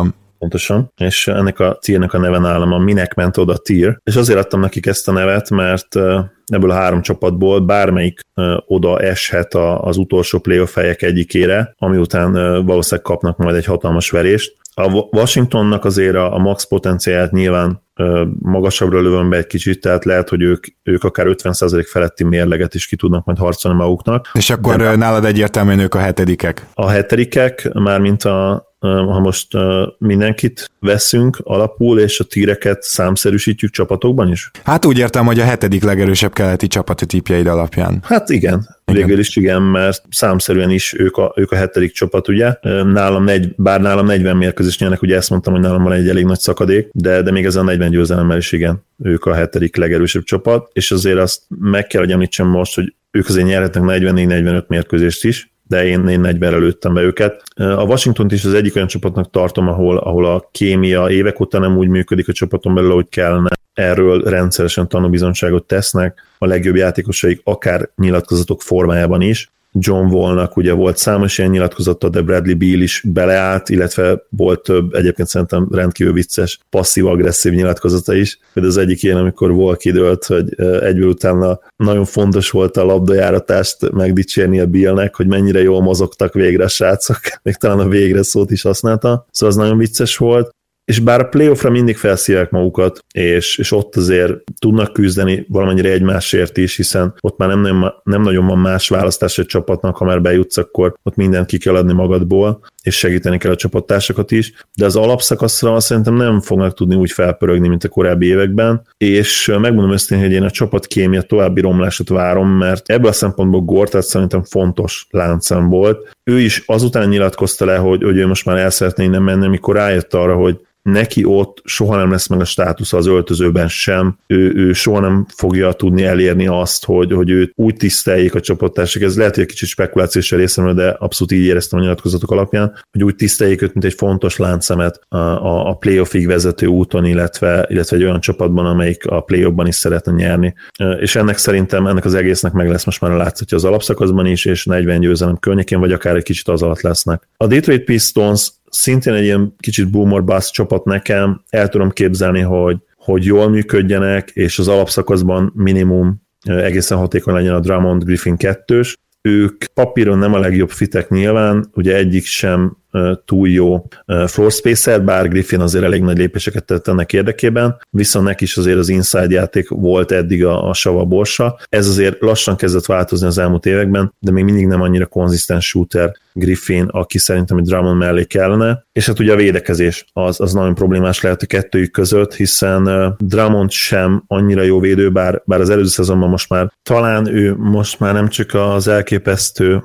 Pontosan, és ennek a tiernek a neve nálam a Minek ment oda tier, és azért adtam nekik ezt a nevet, mert ebből a három csapatból bármelyik oda eshet az utolsó playoff helyek egyikére, ami után valószínűleg kapnak majd egy hatalmas verést. A Washingtonnak azért a max potenciált nyilván magasabbra lövöm be egy kicsit, tehát lehet, hogy ők, ők akár ötven százalék feletti mérleget is ki tudnak majd harcolni maguknak. És akkor de nálad egyértelműen ők a hetedikek. A hetedikek, mármint a ha most uh, mindenkit veszünk alapul, és a tíreket számszerűsítjük csapatokban is? Hát úgy értem, hogy a hetedik legerősebb keleti csapati típjeid alapján. Hát igen, igen. Végül is igen, mert számszerűen is ők a, ők a hetedik csapat, ugye? Nálam negy, bár nálam negyven mérkőzést nyernek, ugye ezt mondtam, hogy nálam van egy elég nagy szakadék, de, de még ezen a negyven győzelemmel is igen, ők a hetedik legerősebb csapat, és azért azt meg kell, hogy említsem most, hogy ők azért nyerhetnek negyvennégy-negyvenöt mérkőzést is, de én, én negyvenre lőttem be őket. A Washingtont is az egyik olyan csapatnak tartom, ahol, ahol a kémia évek óta nem úgy működik a csapaton belül, ahogy kellene. Erről rendszeresen tanúbizonyságot tesznek, a legjobb játékosaik akár nyilatkozatok formájában is. John Wallnak ugye volt számos ilyen nyilatkozata, de Bradley Beal is beleállt, illetve volt több, egyébként szerintem rendkívül vicces, passzív-agresszív nyilatkozata is. Például az egyik ilyen, amikor Wall kidőlt, hogy egyből utána nagyon fontos volt a labdajáratást megdicsérni a Bealnek, hogy mennyire jól mozogtak végre a srácok, még talán a végre szót is használta, szóval az nagyon vicces volt. És bár a playoffra mindig felszívják magukat, és, és ott azért tudnak küzdeni valamennyire egymásért is, hiszen ott már nem, nem, nem nagyon van más választás egy csapatnak, ha már bejutsz, akkor ott mindent ki kell adni magadból, és segíteni kell a csapattársakat is, de az alapszakaszra szerintem nem fognak tudni úgy felpörögni, mint a korábbi években, és megmondom őszintén, hogy én a csapatkémia további romlásot várom, mert ebből a szempontból Gortat szerintem fontos láncszem volt. Ő is azután nyilatkozta le, hogy, hogy ő most már el szeretné innen menni, amikor rájött arra, hogy neki ott soha nem lesz meg a státusza az öltözőben sem, ő, ő soha nem fogja tudni elérni azt, hogy, hogy őt úgy tiszteljék a csapattársak. Ez lehet, hogy egy kicsit spekulációs részemről, de abszolút így éreztem a nyilatkozatok alapján, hogy úgy tiszteljék őt, mint egy fontos láncszemet a, a, a playoffig vezető úton, illetve, illetve egy olyan csapatban, amelyik a playoffban is szeretne nyerni. És ennek szerintem, ennek az egésznek meg lesz most már a látszatja az alapszakaszban is, és negyven győzelem környékén, vagy akár egy kicsit az alatt lesznek. A Detroit Pistons szintén egy ilyen kicsit boomer bust csapat nekem, el tudom képzelni, hogy, hogy jól működjenek, és az alapszakaszban minimum egészen hatékony legyen a Drummond Griffin kettős. Ők papíron nem a legjobb fitek nyilván, ugye egyik sem túl jó floor spacer, bár Griffin azért elég nagy lépéseket tett ennek érdekében, viszont neki is azért az inside játék volt eddig a, a sava borsa. Ez azért lassan kezdett változni az elmúlt években, de még mindig nem annyira konzisztens shooter Griffin, aki szerintem egy Drummond mellé kellene. És hát ugye a védekezés az, az nagyon problémás lehet a kettőjük között, hiszen Drummond sem annyira jó védő, bár, bár az előző szezonban most már talán ő most már nem csak az elképesztő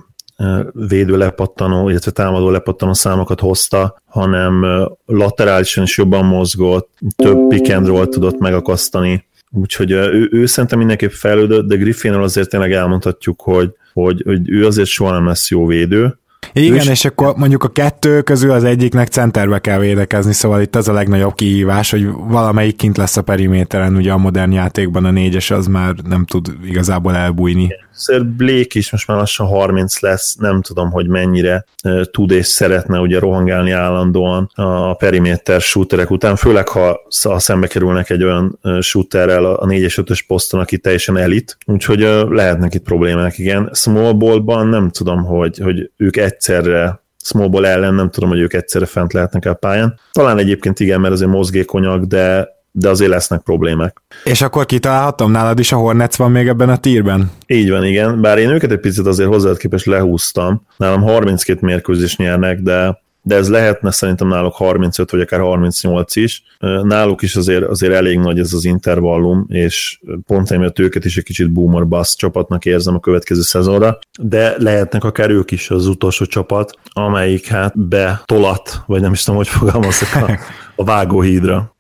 védő lepattanó, illetve támadó lepattanó számokat hozta, hanem laterálisan is jobban mozgott, több pick and roll tudott megakasztani, úgyhogy ő, ő szerintem mindenképp fejlődött, de Griffinnel azért tényleg elmondhatjuk, hogy, hogy, hogy ő azért soha nem lesz jó védő. Igen, és, és akkor mondjuk a kettő közül az egyiknek centerbe kell védekezni, szóval itt az a legnagyobb kihívás, hogy valamelyik kint lesz a periméteren, ugye a modern játékban a négyes az már nem tud igazából elbújni. Sir Blake is most már lassan harminc lesz, nem tudom, hogy mennyire uh, tud és szeretne ugye rohangálni állandóan a periméter shooterek után, főleg ha, ha szembe kerülnek egy olyan uh, shooterrel a négyes ötös poszton, aki teljesen elit, úgyhogy uh, lehetnek itt problémák, igen. Small ballban nem tudom, hogy, hogy ők egyszerre small ball ellen, nem tudom, hogy ők egyszerre fent lehetnek a pályán. Talán egyébként igen, mert azért mozgékonyak, de de azért lesznek problémák. És akkor kitalálhatom, nálad is a Hornets van még ebben a tírben? Így van, igen. Bár én őket egy picit azért hozzád képest lehúztam. Nálam harminckét mérkőzés nyernek, de, de ez lehetne szerintem náluk harmincöt vagy akár harmincnyolc is. Náluk is azért, azért elég nagy ez az intervallum, és pont emiatt őket is egy kicsit boomer bust csapatnak érzem a következő szezonra, de lehetnek akár ők is az utolsó csapat, amelyik hát betolat, vagy nem is tudom, hogy fogalmazok a, a vágóhídra.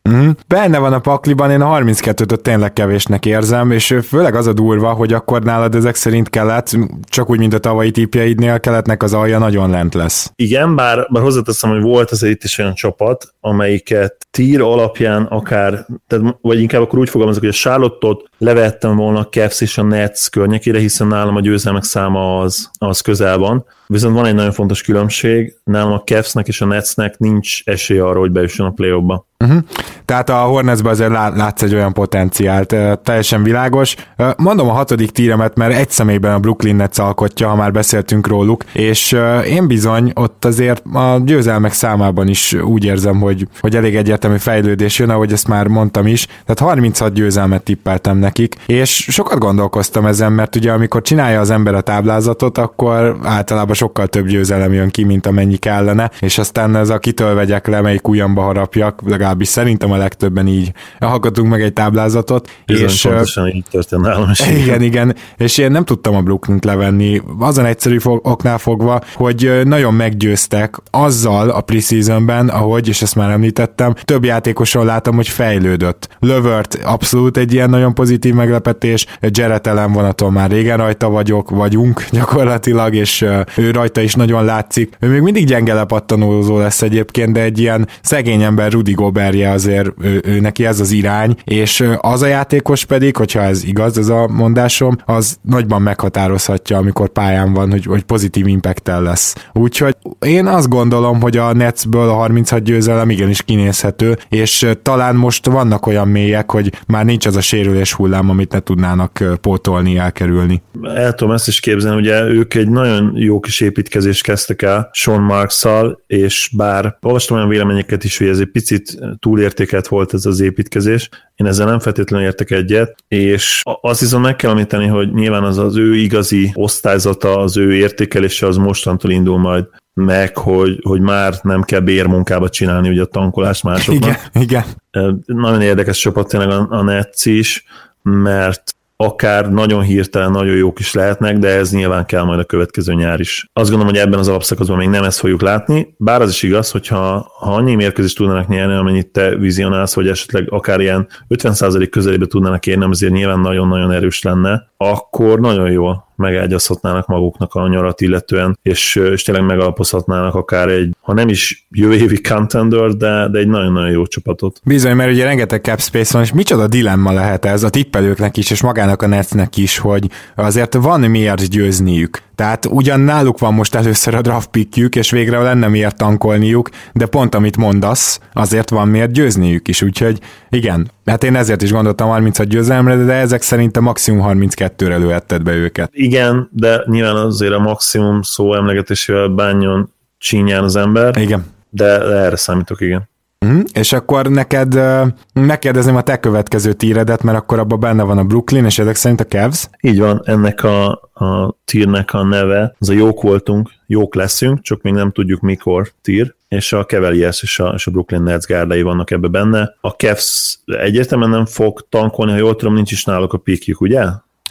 Mm. Benne van a pakliban, én a harminckettőt tényleg kevésnek érzem, és főleg az a durva, hogy akkor nálad ezek szerint Kelet, csak úgy, mint a tavalyi tippjeidnél, Keletnek az alja nagyon lent lesz. Igen, bár, bár hozzáteszem, hogy volt azért itt is olyan csapat, amelyiket tier alapján akár, tehát, vagy inkább akkor úgy fogalmazok, hogy a Charlotte-ot levettem volna a Cavs és a Nets környékére, hiszen nálam a győzelmek száma az, az közel van. Viszont van egy nagyon fontos különbség, nálam a Cavsnek és a Netsnek nincs esélye arra, hogy bejusson a play-offba. Uh-huh. Tehát a Hornetsben azért látsz egy olyan potenciált, teljesen világos. Mondom a hatodik tíremet, mert egy személyben a Brooklyn Nets alkotja, ha már beszéltünk róluk, és én bizony ott azért a győzelmek számában is úgy érzem, hogy, hogy elég egyértelmű fejlődés jön, ahogy ezt már mondtam is, tehát harminchat győzelmet tippeltem nekik, és sokat gondolkoztam ezen, mert ugye amikor csinálja az ember a táblázatot, akkor általában sokkal több győzelem jön ki, mint amennyi kellene, és aztán ez a kitől vegyek le, melyik ujjamba harapjak, legalábbis szerintem a legtöbben így hallgatunk meg egy táblázatot. Bizony, és pontosan így történt nálam is. Igen, igen, és én nem tudtam a Brooklynt levenni, azon egyszerű fog, oknál fogva, hogy nagyon meggyőztek azzal a preseasonben, ahogy, és ezt már említettem, több játékoson látom, hogy fejlődött. Lövert abszolút egy ilyen nagyon pozitív meglepetés, Jarrett Allen vonaton már régen rajta vagyok, vagyunk gyakorlatilag, és ő rajta is nagyon látszik. Ő még mindig gyenge lepattanózó lesz egyébként, de egy ilyen szegény ember Rudy Gobertje azért ő, ő neki ez az irány, és az a játékos pedig, hogyha ez igaz, ez a mondásom, az nagyban meghatározhatja, amikor pályán van, hogy, hogy pozitív impact-tel lesz. Úgyhogy én azt gondolom, hogy a Netsből a harminchat győzelem igenis kinézhető, és talán most vannak olyan mélyek, hogy már nincs az a sérülés hullám, amit ne tudnának pótolni, elkerülni. El tudom ezt is képzelni, ugye ők egy nagyon jó kis építkezést kezdtek el Sean Marks-szal, és bár olvastam olyan véleményeket is, hogy ez egy picit túlértékelt volt ez az építkezés, én ezzel nem feltétlenül értek egyet, és azt hiszem meg kell említeni, hogy nyilván az az ő igazi osztályzata, az ő értékelése az mostantól indul majd meg, hogy, hogy már nem kell bérmunkába csinálni ugye a tankolást másoknak. Igen, igen. Nagyon érdekes csapat tényleg a, a Nets is, mert akár nagyon hirtelen, nagyon jók is lehetnek, de ez nyilván kell majd a következő nyár is. Azt gondolom, hogy ebben az alapszakaszban még nem ezt fogjuk látni, bár az is igaz, hogyha ha annyi mérkőzést tudnának nyerni, amennyit te vizionálsz, vagy esetleg akár ilyen ötven százalék közelébe tudnának érni, azért nyilván nagyon-nagyon erős lenne, akkor nagyon jól megágyazhatnának maguknak a nyarat illetően, és, és tényleg megalapozhatnának akár egy, ha nem is jövő évi contender, de, de egy nagyon-nagyon jó csapatot. Bizony, mert ugye rengeteg cap space van, és micsoda dilemma lehet ez a tippelőknek is, és magának a Netsnek is, hogy azért van miért győzniük. Tehát ugyan náluk van most először a draft pickjük, és végre lenne miért tankolniuk, de pont amit mondasz, azért van miért győzniük is, úgyhogy igen, hát én ezért is gondoltam harminchat győzelemre, de ezek szerint a maximum harminckettőre lőhetted be őket. Igen, de nyilván azért a maximum szó emlegetésével bánjon csínyán az ember, igen. De, de erre számítok, igen. Mm, és akkor neked uh, megkérdezném a te következő tíredet, mert akkor abban benne van a Brooklyn, és ezek szerint a Cavs. Így van, ennek a, a tírnek a neve, az a jók voltunk, jók leszünk, csak még nem tudjuk mikor tír, és a Cavaliers és a, és a Brooklyn Nets gárdai vannak ebbe benne. A Cavs egyértelműen nem fog tankolni, ha jól tudom, nincs is náluk a pickjük, ugye?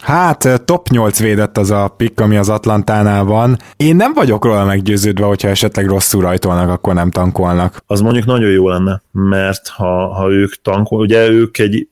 Hát top nyolc védett az a pick, ami az Atlantánál van. Én nem vagyok róla meggyőződve, hogyha esetleg rosszul rajtolnak, akkor nem tankolnak. Az mondjuk nagyon jó lenne, mert ha, ha ők tankol, ugye ők egy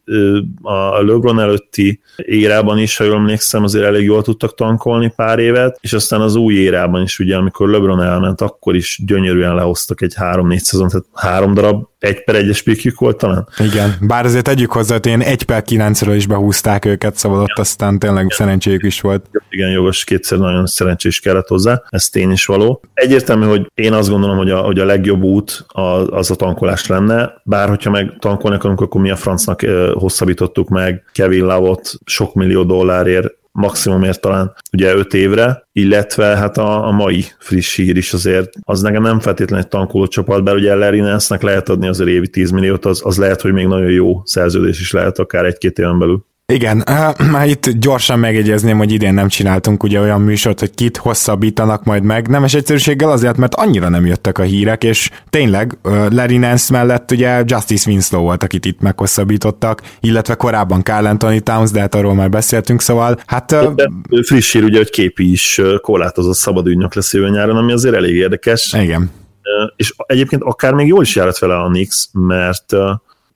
a LeBron előtti érában is, ha jól emlékszem, azért elég jól tudtak tankolni pár évet, és aztán az új érában is, ugye, amikor LeBron elment, akkor is gyönyörűen lehoztak egy három-négy szezon, tehát három darab egy per egyes pickjük volt talán. Igen, bár azért tegyük hozzá, hogy én egy per kilencről is behúzták őket, szóval ott aztán tényleg igen. Szerencséjük is volt. Igen, jogos, kétszer nagyon szerencsés kellett hozzá, ez tény is való. Egyértelmű, hogy én azt gondolom, hogy a, hogy a legjobb út az, az a tankolás lenne, bár hogyha meg tankolni akarunk, akkor mi a francnak hosszabbítottuk meg Kevin Love-ot sok millió dollárért, maximumért talán ugye öt évre, illetve hát a, a mai friss hír is azért, az nekem nem feltétlenül egy tankoló csapat, bár ugye Larry Nance-nek lehet adni azért évi tíz milliót, az, az lehet, hogy még nagyon jó szerződés is lehet akár egy-két éven belül. Igen, már itt gyorsan megjegyezném, hogy idén nem csináltunk ugye olyan műsort, hogy kit hosszabbítanak majd meg. Nemes egyszerűséggel azért, mert annyira nem jöttek a hírek, és tényleg Larry Nance mellett ugye Justice Winslow volt, akit itt meghosszabbítottak, illetve korábban Karl Anthony Towns, de hát arról már beszéltünk, szóval hát... De friss hír ugye, hogy Képi is korlátozott szabad ügynök lesz jövő nyáron, ami azért elég érdekes. Igen. És egyébként akár még jól is járat vele a Knicks, mert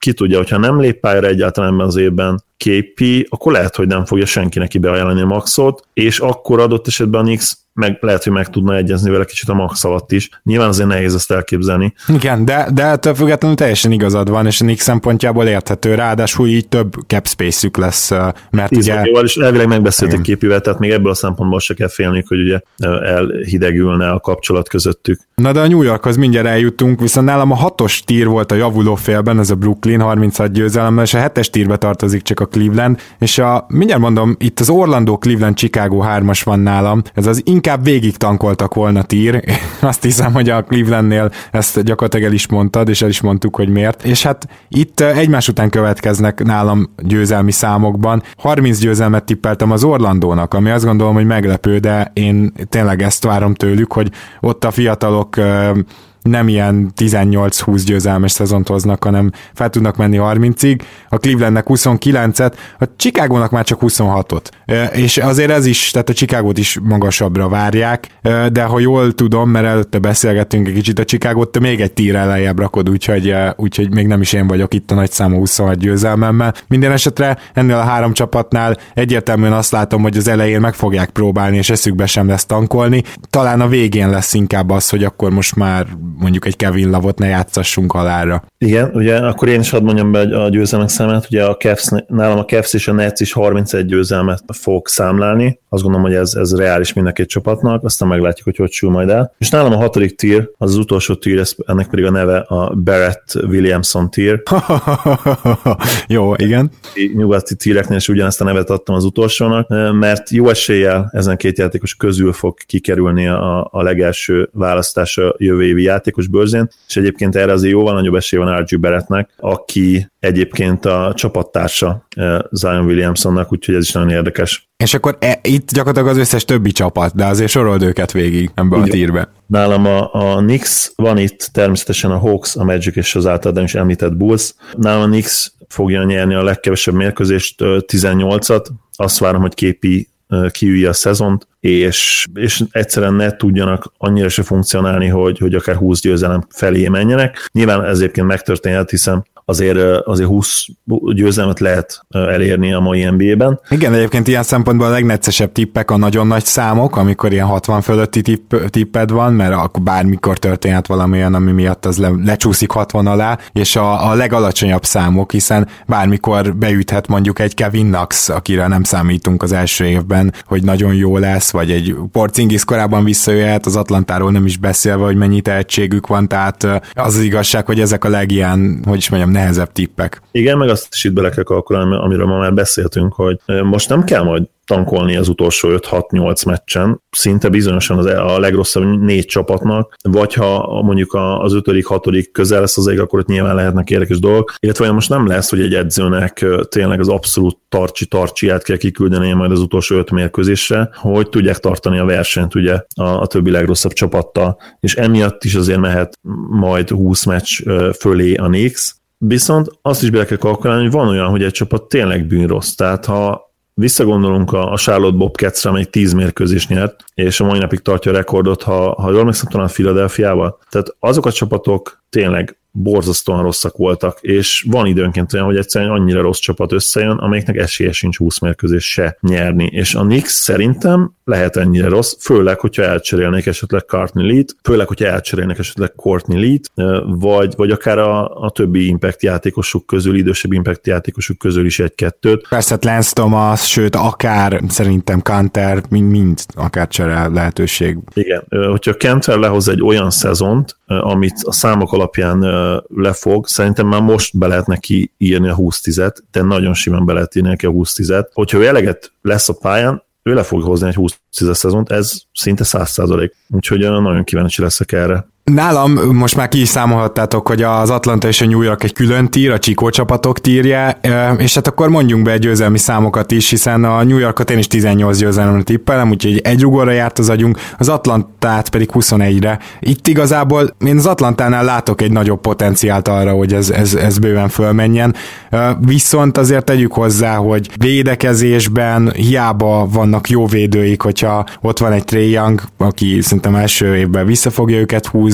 ki tudja, hogyha nem lép pályára egyáltalán az évben ká pé, akkor lehet, hogy nem fogja senki neki beajánlani a maxot, és akkor adott esetben a Knicks meg lehet, hogy meg tudna egyezni vele kicsit a max alatt is. Nyilván azért nehéz ezt elképzelni. Igen, de, de ettől függetlenül teljesen igazad van, és a Knicks szempontjából érthető, ráadásul így több cap space-ük lesz, mert Tíz ugye... Jóval, és elvileg megbeszélték képivel, tehát még ebből a szempontból se kell félniük, hogy ugye elhidegülne a kapcsolat közöttük. Na de a New Yorkhoz mindjárt eljutunk, viszont nálam a hatos tír volt a javuló félben, ez a Brooklyn harminchat győzelemmel, és a hetes tírbe tartozik csak a Cleveland, és a, mindjárt mondom, itt az Orlando, Cleveland, Chicago hármas van nálam, ez az inkább végig tankoltak volna tír, azt hiszem, hogy a Clevelandnél ezt gyakorlatilag el is mondtad, és el is mondtuk, hogy miért, és hát itt egymás után következnek nálam győzelmi számokban, harminc győzelmet tippeltem az Orlandónak, ami azt gondolom, hogy meglepő, de én tényleg ezt várom tőlük, hogy ott a fiatalok nem ilyen tizennyolc-húsz győzelmes szezont hoznak, hanem fel tudnak menni harmincig, a Clevelandnek huszonkilencet, a Chicagónak már csak huszonhatot. És azért ez is, tehát a Chicagót is magasabbra várják, de ha jól tudom, mert előtte beszélgettünk egy kicsit, a Chicagót még egy tírrel lejjebb rakod, úgyhogy, úgyhogy még nem is én vagyok itt a nagy számú huszonhat győzelmemmel. Minden esetre ennél a három csapatnál egyértelműen azt látom, hogy az elején meg fogják próbálni, és eszükbe sem lesz tankolni. Talán a végén lesz inkább az, hogy akkor most már mondjuk egy Kevin Love-ot ne játszassunk halálra. Igen, ugye akkor én is hadd mondjam be a győzelmek számát, ugye a Cavs, nálam a Cavs és a Nets is harmincegy győzelmet fog számlálni, azt gondolom, hogy ez, ez reális mind a két csapatnak, aztán meglátjuk, hogy hogy sül majd el. És nálam a hatodik tier, az az utolsó tier, ennek pedig a neve a Barrett Williamson tier. Jó, igen. Nyugati tiereknél is ugyanezt a nevet adtam az utolsónak, mert jó eséllyel ezen két játékos közül fog kikerülni a, a legelső választás a jövő évi játékos bőrzén, és egyébként erre azért jóval nagyobb esély van er gé Barrettnek, aki egyébként a csapattársa Zion Williamsonnak, úgyhogy ez is nagyon érdekes. És akkor e, itt gyakorlatilag az összes többi csapat, de azért sorold őket végig ebbe a tírbe. Nálam a, a Knicks, van itt természetesen a Hawks, a Magic és az általában is említett Bulls. Nálam a Knicks fogja nyerni a legkevesebb mérkőzést, tizennyolcat. Azt várom, hogy ká pé kiülje a szezont, és, és egyszerűen ne tudjanak annyira se funkcionálni, hogy, hogy akár húsz győzelem felé menjenek. Nyilván ez egyébként megtörténhet, hiszen azért, azért húsz győzelmet lehet elérni a mai en bé á-ben. Igen, egyébként ilyen szempontból a legneccesebb tippek a nagyon nagy számok, amikor ilyen hatvan fölötti tipp, tipped van, mert akkor bármikor történhet valami olyan, ami miatt az le, lecsúszik hatvan alá, és a, a legalacsonyabb számok, hiszen bármikor beüthet mondjuk egy Kevin Knox, akire nem számítunk az első évben, hogy nagyon jó lesz, vagy egy Porzingis korábban visszajöhet, az Atlantáról nem is beszélve, hogy mennyi tehetségük van, tehát az az igazság, hogy ezek a legilyen, hogy is mondjam, nehezebb tippek. Igen, meg azt is itt bele kell kalkulálni, amiről ma már beszéltünk, hogy most nem kell majd tankolni az utolsó öt-hat-nyolc meccsen, szinte bizonyosan az a legrosszabb négy csapatnak, vagy ha mondjuk az ötödik, hatodik közel lesz az ég, akkor ott nyilván lehetnek érdekes dolgok, illetve most nem lesz, hogy egy edzőnek tényleg az abszolút tartsi-tarcsiát kell kiküldeni majd az utolsó öt mérkőzésre, hogy tudják tartani a versenyt ugye a, a többi legrosszabb csapattal, és emiatt is azért mehet majd húsz meccs fölé a Knicks, viszont azt is bele kell kalkulálni, hogy van olyan, hogy egy csapat tényleg bűnrossz, tehát ha visszagondolunk a Charlotte Bobcatsra, amelyik tíz mérkőzést nyert, és a mai napig tartja a rekordot, ha, ha jól emlékszem, talán Philadelphiával. Tehát azok a csapatok tényleg borzasztóan rosszak voltak, és van időnként olyan, hogy egyszerűen annyira rossz csapat összejön, amelyiknek esélye sincs húsz mérkőzés se nyerni. És a Knicks szerintem lehet ennyire rossz, főleg, hogyha elcserélnék esetleg Courtney Lee-t, főleg, hogyha elcserélnék esetleg Courtney Lee-t, vagy, vagy akár a, a többi impact játékosuk közül, idősebb impact játékosuk közül is egy-kettőt. Persze Lance Thomas, sőt, akár szerintem Kanter, mind, mind akár cserel lehetőség. Igen, hogyha Kanter lehoz egy olyan szezont, amit a számok alapján lefog, szerintem már most be lehet neki írni a húsz tízet, de nagyon simán be lehet írni neki a húsz tízet. Hogyha ő eleget lesz a pályán, ő le fog hozni egy húsz tízes szezont, ez szinte száz százalék. Úgyhogy nagyon kíváncsi leszek erre. Nálam most már ki is számolhattátok, hogy az Atlanta és a New York egy külön tír, a Chico csapatok tírje, és hát akkor mondjunk be győzelmi számokat is, hiszen a New Yorkot én is tizennyolc győzelemre tippelem, úgyhogy egy rugóra járt az agyunk, az Atlantát pedig huszonegyre. Itt igazából én az Atlantánál látok egy nagyobb potenciált arra, hogy ez, ez, ez bőven fölmenjen, viszont azért tegyük hozzá, hogy védekezésben hiába vannak jó védőik, hogyha ott van egy Trae Young, aki szerintem első évben vissza fogja őket húzni,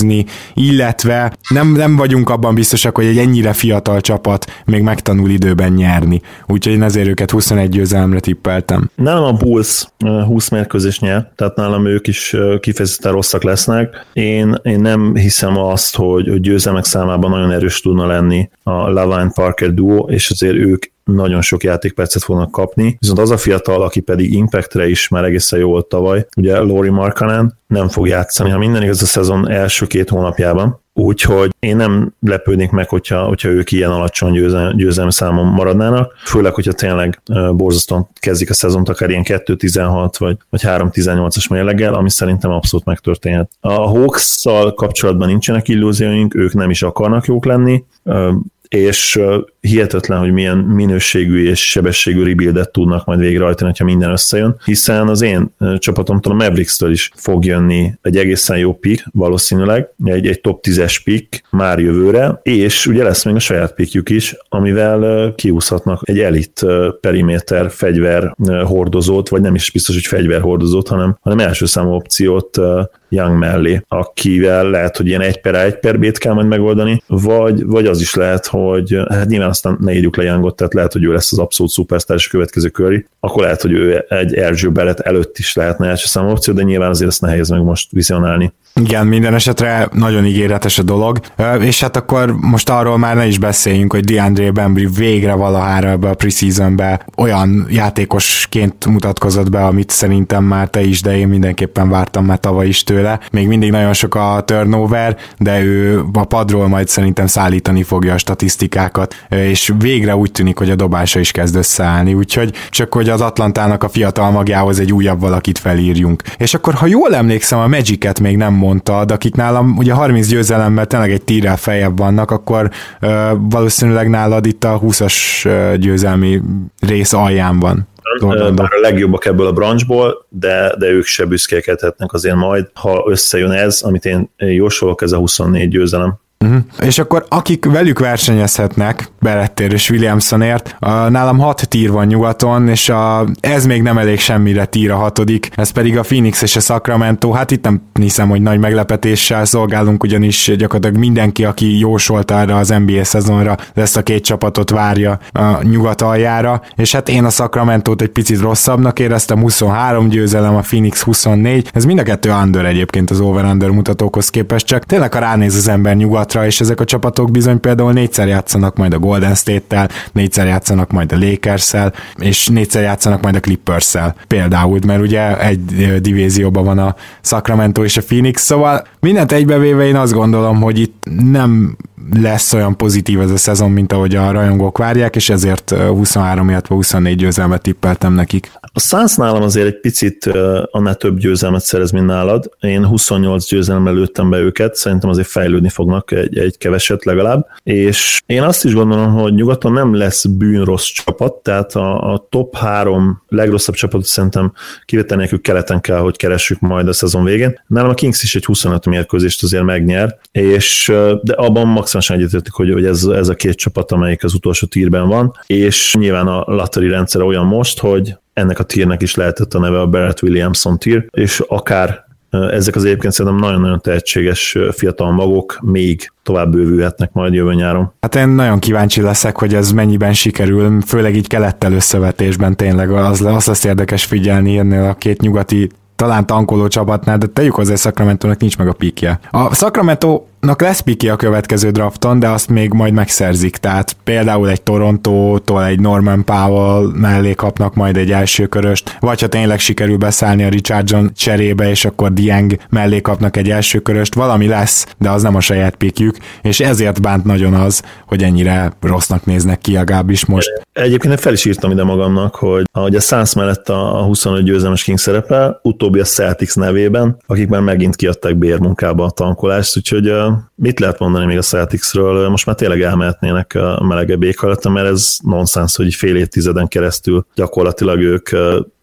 hozni, illetve nem, nem vagyunk abban biztosak, hogy egy ennyire fiatal csapat még megtanul időben nyerni. Úgyhogy én ezért őket huszonegy győzelemre tippeltem. Nálam a Bulls húsz mérkőzés nyer, tehát nálam ők is kifejezetten rosszak lesznek. Én, én nem hiszem azt, hogy, hogy győzelmek számában nagyon erős tudna lenni a Lavine Parker duo, és azért ők nagyon sok játékpercet fognak kapni, viszont az a fiatal, aki pedig Impactre is már egészen jó volt tavaly, ugye Lauri Markkanen nem fog játszani, ha minden igaz a szezon első két hónapjában, úgyhogy én nem lepődnék meg, hogyha, hogyha ők ilyen alacsony győzelmi, győzelmi számon maradnának, főleg, hogyha tényleg uh, borzasztóan kezdik a szezont, akár ilyen kettő tizenhat vagy, vagy három tizennyolcas mérleggel, ami szerintem abszolút megtörténhet. A Hawks-szal kapcsolatban nincsenek illúzióink, ők nem is akarnak jók lenni, uh, és hihetetlen, hogy milyen minőségű és sebességű rebuildet tudnak majd végrehajtani, ha minden összejön, hiszen az én csapatomtól, a Mavericks-től is fog jönni egy egészen jó pick, valószínűleg, egy, egy top tízes pick már jövőre, és ugye lesz még a saját pickjük is, amivel kiúszhatnak egy elit periméter fegyver hordozót, vagy nem is biztos, hogy fegyverhordozót, hanem, hanem első számú opciót Young mellé, akivel lehet, hogy ilyen egy per egy per bét kell majd megoldani, vagy, vagy az is lehet, hogy hát nyilván aztán ne írjuk le Youngot, tehát lehet, hogy ő lesz az abszolút szupersztár és a következő Curry, akkor lehet, hogy ő egy R J Barrett előtt is lehetne első számú opció, de nyilván azért ezt nehéz meg most vizionálni. Igen, minden esetre nagyon ígéretes a dolog, és hát akkor most arról már ne is beszéljünk, hogy DeAndre Bembry végre valahára ebbe a preseasonbe olyan játékosként mutatkozott be, amit szerintem már te is, de én mindenképpen vártam már tavaly is tőle. Még mindig nagyon sok a turnover, de ő a padról majd szerintem szállítani fogja a statisztikákat, és végre úgy tűnik, hogy a dobása is kezd összeállni, úgyhogy csak hogy az Atlantának a fiatal magjához egy újabb valakit felírjunk. És akkor, ha jól emlékszem, a Magicet még nem mondtad, akik nálam ugye harminc győzelemmel tényleg egy tírrel feljebb vannak, akkor uh, valószínűleg nálad itt a húszas uh, győzelmi rész alján van. Bár a legjobbak ebből a branchból, de, de ők se büszkélkedhetnek azért majd, ha összejön ez, amit én jósolok, ez a huszonnégy győzelem. Uh-huh. És akkor akik velük versenyezhetnek, Berettér és Williamsonért, a, nálam hat tír van nyugaton, és a, ez még nem elég semmire, tír a hatodik, ez pedig a Phoenix és a Sacramento. Hát itt nem hiszem, hogy nagy meglepetéssel szolgálunk, ugyanis gyakorlatilag mindenki, aki jósolt erre az en bé á szezonra, ezt a két csapatot várja a nyugat aljára, és hát én a Sacramentót egy picit rosszabbnak éreztem, huszonhárom győzelem, a Phoenix huszonnégy, ez mind a kettő under egyébként az over-under mutatókhoz képest, csak tényleg ha ránéz az ember nyugat, és ezek a csapatok bizony például négyszer játszanak majd a Golden State-tel, négyszer játszanak majd a Lakers-szel, és négyszer játszanak majd a Clippers-szel például, mert ugye egy divízióban van a Sacramento és a Phoenix, szóval mindent egybevéve én azt gondolom, hogy itt nem lesz olyan pozitív ez a szezon, mint ahogy a rajongók várják, és ezért huszonhárom, illetve huszonnégy győzelmet tippeltem nekik. A Suns nálam azért egy picit uh, annál több győzelmet szerez, mint nálad. Én huszonnyolc győzelemmel lőttem be őket, szerintem azért fejlődni fognak egy, egy keveset legalább, és én azt is gondolom, hogy nyugaton nem lesz bűnrossz csapat, tehát a, a top három legrosszabb csapatot szerintem kivétel nélkül keleten kell, hogy keressük majd a szezon végén. Nálam a Kings is egy huszonöt mérkőzést azért megnyer, és de abban maximálisan egyetértük, hogy, hogy ez, ez a két csapat, amelyik az utolsó tírben van, és nyilván a lottery rendszer olyan most, hogy ennek a tírnek is lehetett a neve a Barrett Williamson tír, és akár ezek az egyébként szerintem nagyon-nagyon tehetséges fiatal magok még tovább bővülhetnek majd jövő nyáron. Hát én nagyon kíváncsi leszek, hogy ez mennyiben sikerül, főleg így kelettel összevetésben tényleg az, az lesz érdekes figyelni ennél a két nyugati talán tankoló csapatnál, de tegyük hozzá, hogy Sacramento-nak nincs meg a pikje. A Sacramento-nak lesz pikje a következő drafton, de azt még majd megszerzik, tehát például egy Torontótól egy Norman Powell mellé kapnak majd egy elsőköröst, vagy ha tényleg sikerül beszállni a Richardson cserébe, és akkor Dieng mellé kapnak egy elsőköröst, valami lesz, de az nem a saját pikjük, és ezért bánt nagyon az, hogy ennyire rossznak néznek ki a Gáb is most. Egyébként én fel is írtam ide magamnak, hogy ahogy a Suns mellett a huszonöt győzelmes King szerepel, utóbbi a Celtics nevében, akik már megint kiadták bérmunkába a tankolást, úgyhogy uh, mit lehet mondani még a Celticsről? Most már tényleg elmehetnének a melegebb éghajlatra, mert ez nonsens, hogy fél évtizeden keresztül gyakorlatilag ők uh,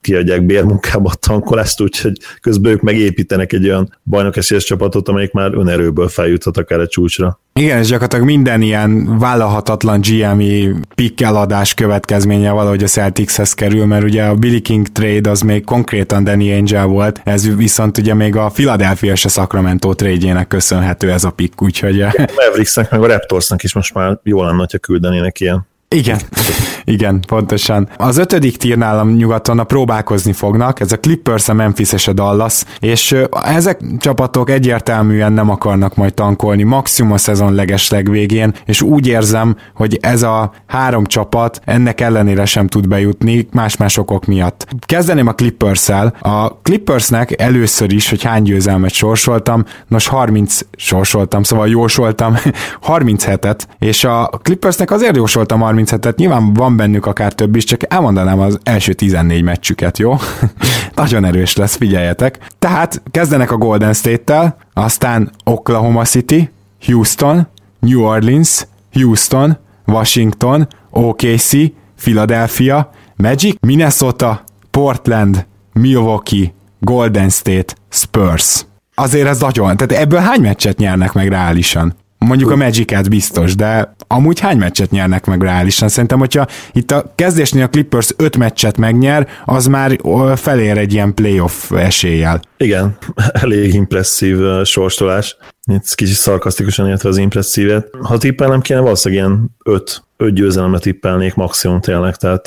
kiadják bérmunkába a tankolást, úgyhogy közben ők megépítenek egy olyan bajnokesélyes csapatot, amelyik már önerőből feljuthat akár a csúcsra. Igen, és gyakorlatilag minden ilyen vállalhatatlan gé em-i pick eladás következménye valahogy a Celticshez kerül, mert ugye a Billy King trade az még konkrétan Danny Angel volt, ez viszont ugye még a Philadelphia és a Sacramento trade-jének köszönhető ez a pick, úgyhogy... A Mavericksnek meg a Raptorsnak is most már jól lenne, hogyha küldenének ilyen. Igen, igen, pontosan. Az ötödik tier nálam nyugaton a próbálkozni fognak, ez a Clippers, a Memphis és a Dallas, és ezek csapatok egyértelműen nem akarnak majd tankolni, maximum a szezon legesleg végén, és úgy érzem, hogy ez a három csapat ennek ellenére sem tud bejutni, más-más okok miatt. Kezdeném a Clippers-szel. A Clippersnek először is, hogy hány győzelmet sorsoltam, nos harminc sorsoltam, szóval jósoltam harminchetet, és a Clippersnek azért jósoltam harminchetet, nyilván van bennük akár több is, csak elmondanám az első tizennégy meccsüket, jó? Nagyon erős lesz, figyeljetek. Tehát kezdenek a Golden State-tel, aztán Oklahoma City, Houston, New Orleans, Houston, Washington, o ká cé, Philadelphia, Magic, Minnesota, Portland, Milwaukee, Golden State, Spurs. Azért ez nagyon, tehát ebből hány meccset nyernek meg reálisan? Mondjuk a Magic-et biztos, de amúgy hány meccset nyernek meg reálisan? Szerintem, hogyha itt a kezdésnél a Clippers öt meccset megnyer, az már felér egy ilyen playoff eséllyel. Igen, elég impresszív sorstolás. Itt kicsit szarkasztikusan értve az impresszívet. Ha tippelnem kéne, valószínűleg ilyen öt, öt győzelemre tippelnék maximum tényleg, tehát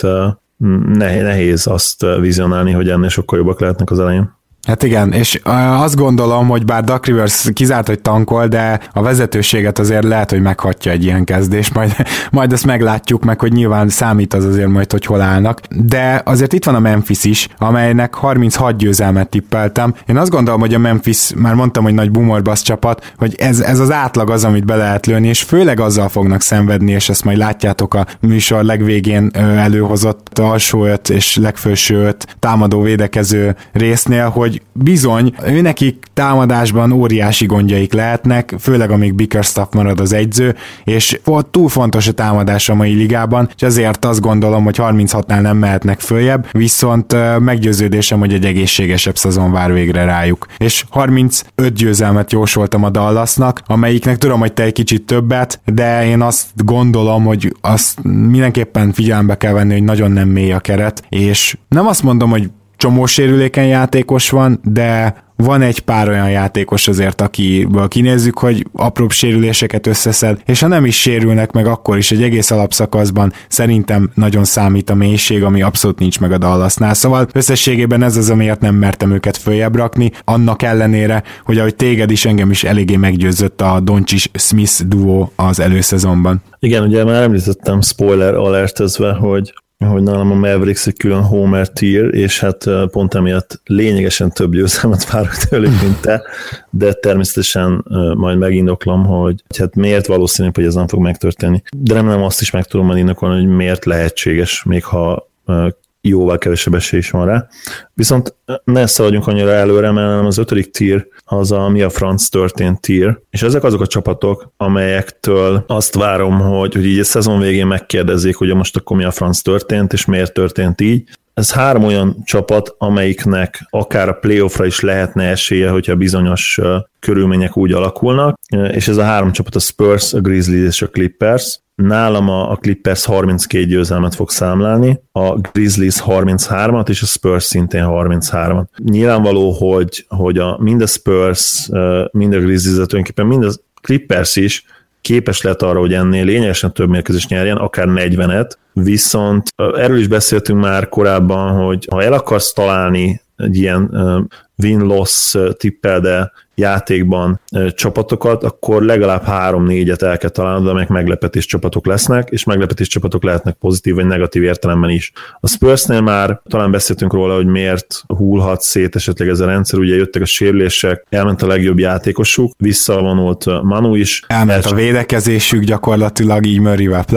nehéz azt vizionálni, hogy ennél sokkal jobbak lehetnek az elején. Hát igen, és azt gondolom, hogy bár Doc Rivers kizárt, hogy tankol, de a vezetőséget azért lehet, hogy meghatja egy ilyen kezdés, majd, majd azt meglátjuk meg, hogy nyilván számít az azért majd, hogy hol állnak, de azért itt van a Memphis is, amelynek harminchat győzelmet tippeltem. Én azt gondolom, hogy a Memphis, már mondtam, hogy nagy bumorbasz csapat, hogy ez, ez az átlag az, amit be lehet lőni, és főleg azzal fognak szenvedni, és ezt majd látjátok a műsor legvégén előhozott alsó öt és legfelső öt támadó védekező résznél, hogy bizony, őnekik támadásban óriási gondjaik lehetnek, főleg amíg Bickerstaff marad az egyző, és túl fontos a támadás a mai ligában, és ezért azt gondolom, hogy harminchatnál nem mehetnek följebb, viszont meggyőződésem, hogy egy egészségesebb szezon vár végre rájuk. És harmincöt győzelmet jósoltam a Dallasnak, amelyiknek tudom, hogy te egy kicsit többet, de én azt gondolom, hogy azt mindenképpen figyelembe kell venni, hogy nagyon nem mély a keret, és nem azt mondom, hogy csomó sérülékeny játékos van, de van egy pár olyan játékos azért, akiből kinézzük, hogy apróbb sérüléseket összeszed, és ha nem is sérülnek meg, akkor is egy egész alapszakaszban szerintem nagyon számít a mélység, ami abszolút nincs meg a Dallasnál. Szóval összességében ez az, amiért nem mertem őket följebb rakni, annak ellenére, hogy ahogy téged is, engem is eléggé meggyőzött a Doncic-Smith duó az előszezonban. Igen, ugye már említettem spoiler alertezve, hogy hogy nálam a Mavericks egy külön Homer tier, és hát pont emiatt lényegesen több győzelmet várok tőlük, mint te, de természetesen majd megindoklom, hogy hát miért valószínű, hogy ez nem fog megtörténni. De remélem azt is meg tudom majd indokolni, hogy miért lehetséges, még ha jóval kevesebb esély is van rá. Viszont ne szaladjunk annyira előre, mert az ötödik tier az a mi a franc történt tier, és ezek azok a csapatok, amelyektől azt várom, hogy, hogy így a szezon végén megkérdezzék, hogy most akkor mi a franc történt, és miért történt így. Ez három olyan csapat, amelyiknek akár a playoffra is lehetne esélye, hogyha bizonyos körülmények úgy alakulnak, és ez a három csapat a Spurs, a Grizzlies és a Clippers. Nálam a Clippers harminckét győzelmet fog számlálni, a Grizzlies harminchármat, és a Spurs szintén harminchármat. Nyilvánvaló, hogy, hogy a, mind a Spurs, mind a Grizzlies, tulajdonképpen mind a Clippers is képes lett arra, hogy ennél lényegesen több mérkőzést nyerjen, akár negyvenet, viszont erről is beszéltünk már korábban, hogy ha el akarsz találni egy ilyen win-loss tippelde játékban csapatokat, akkor legalább három-négyet el kell találnod, amelyek meglepetés csapatok lesznek, és meglepetés csapatok lehetnek pozitív vagy negatív értelemben is. A Spursnél már talán beszéltünk róla, hogy miért hullhat szét esetleg ez a rendszer, ugye jöttek a sérülések, elment a legjobb játékosuk, visszavonult Manu is. Elment a védekezésük gyakorlatilag, így Murrayvel pláne.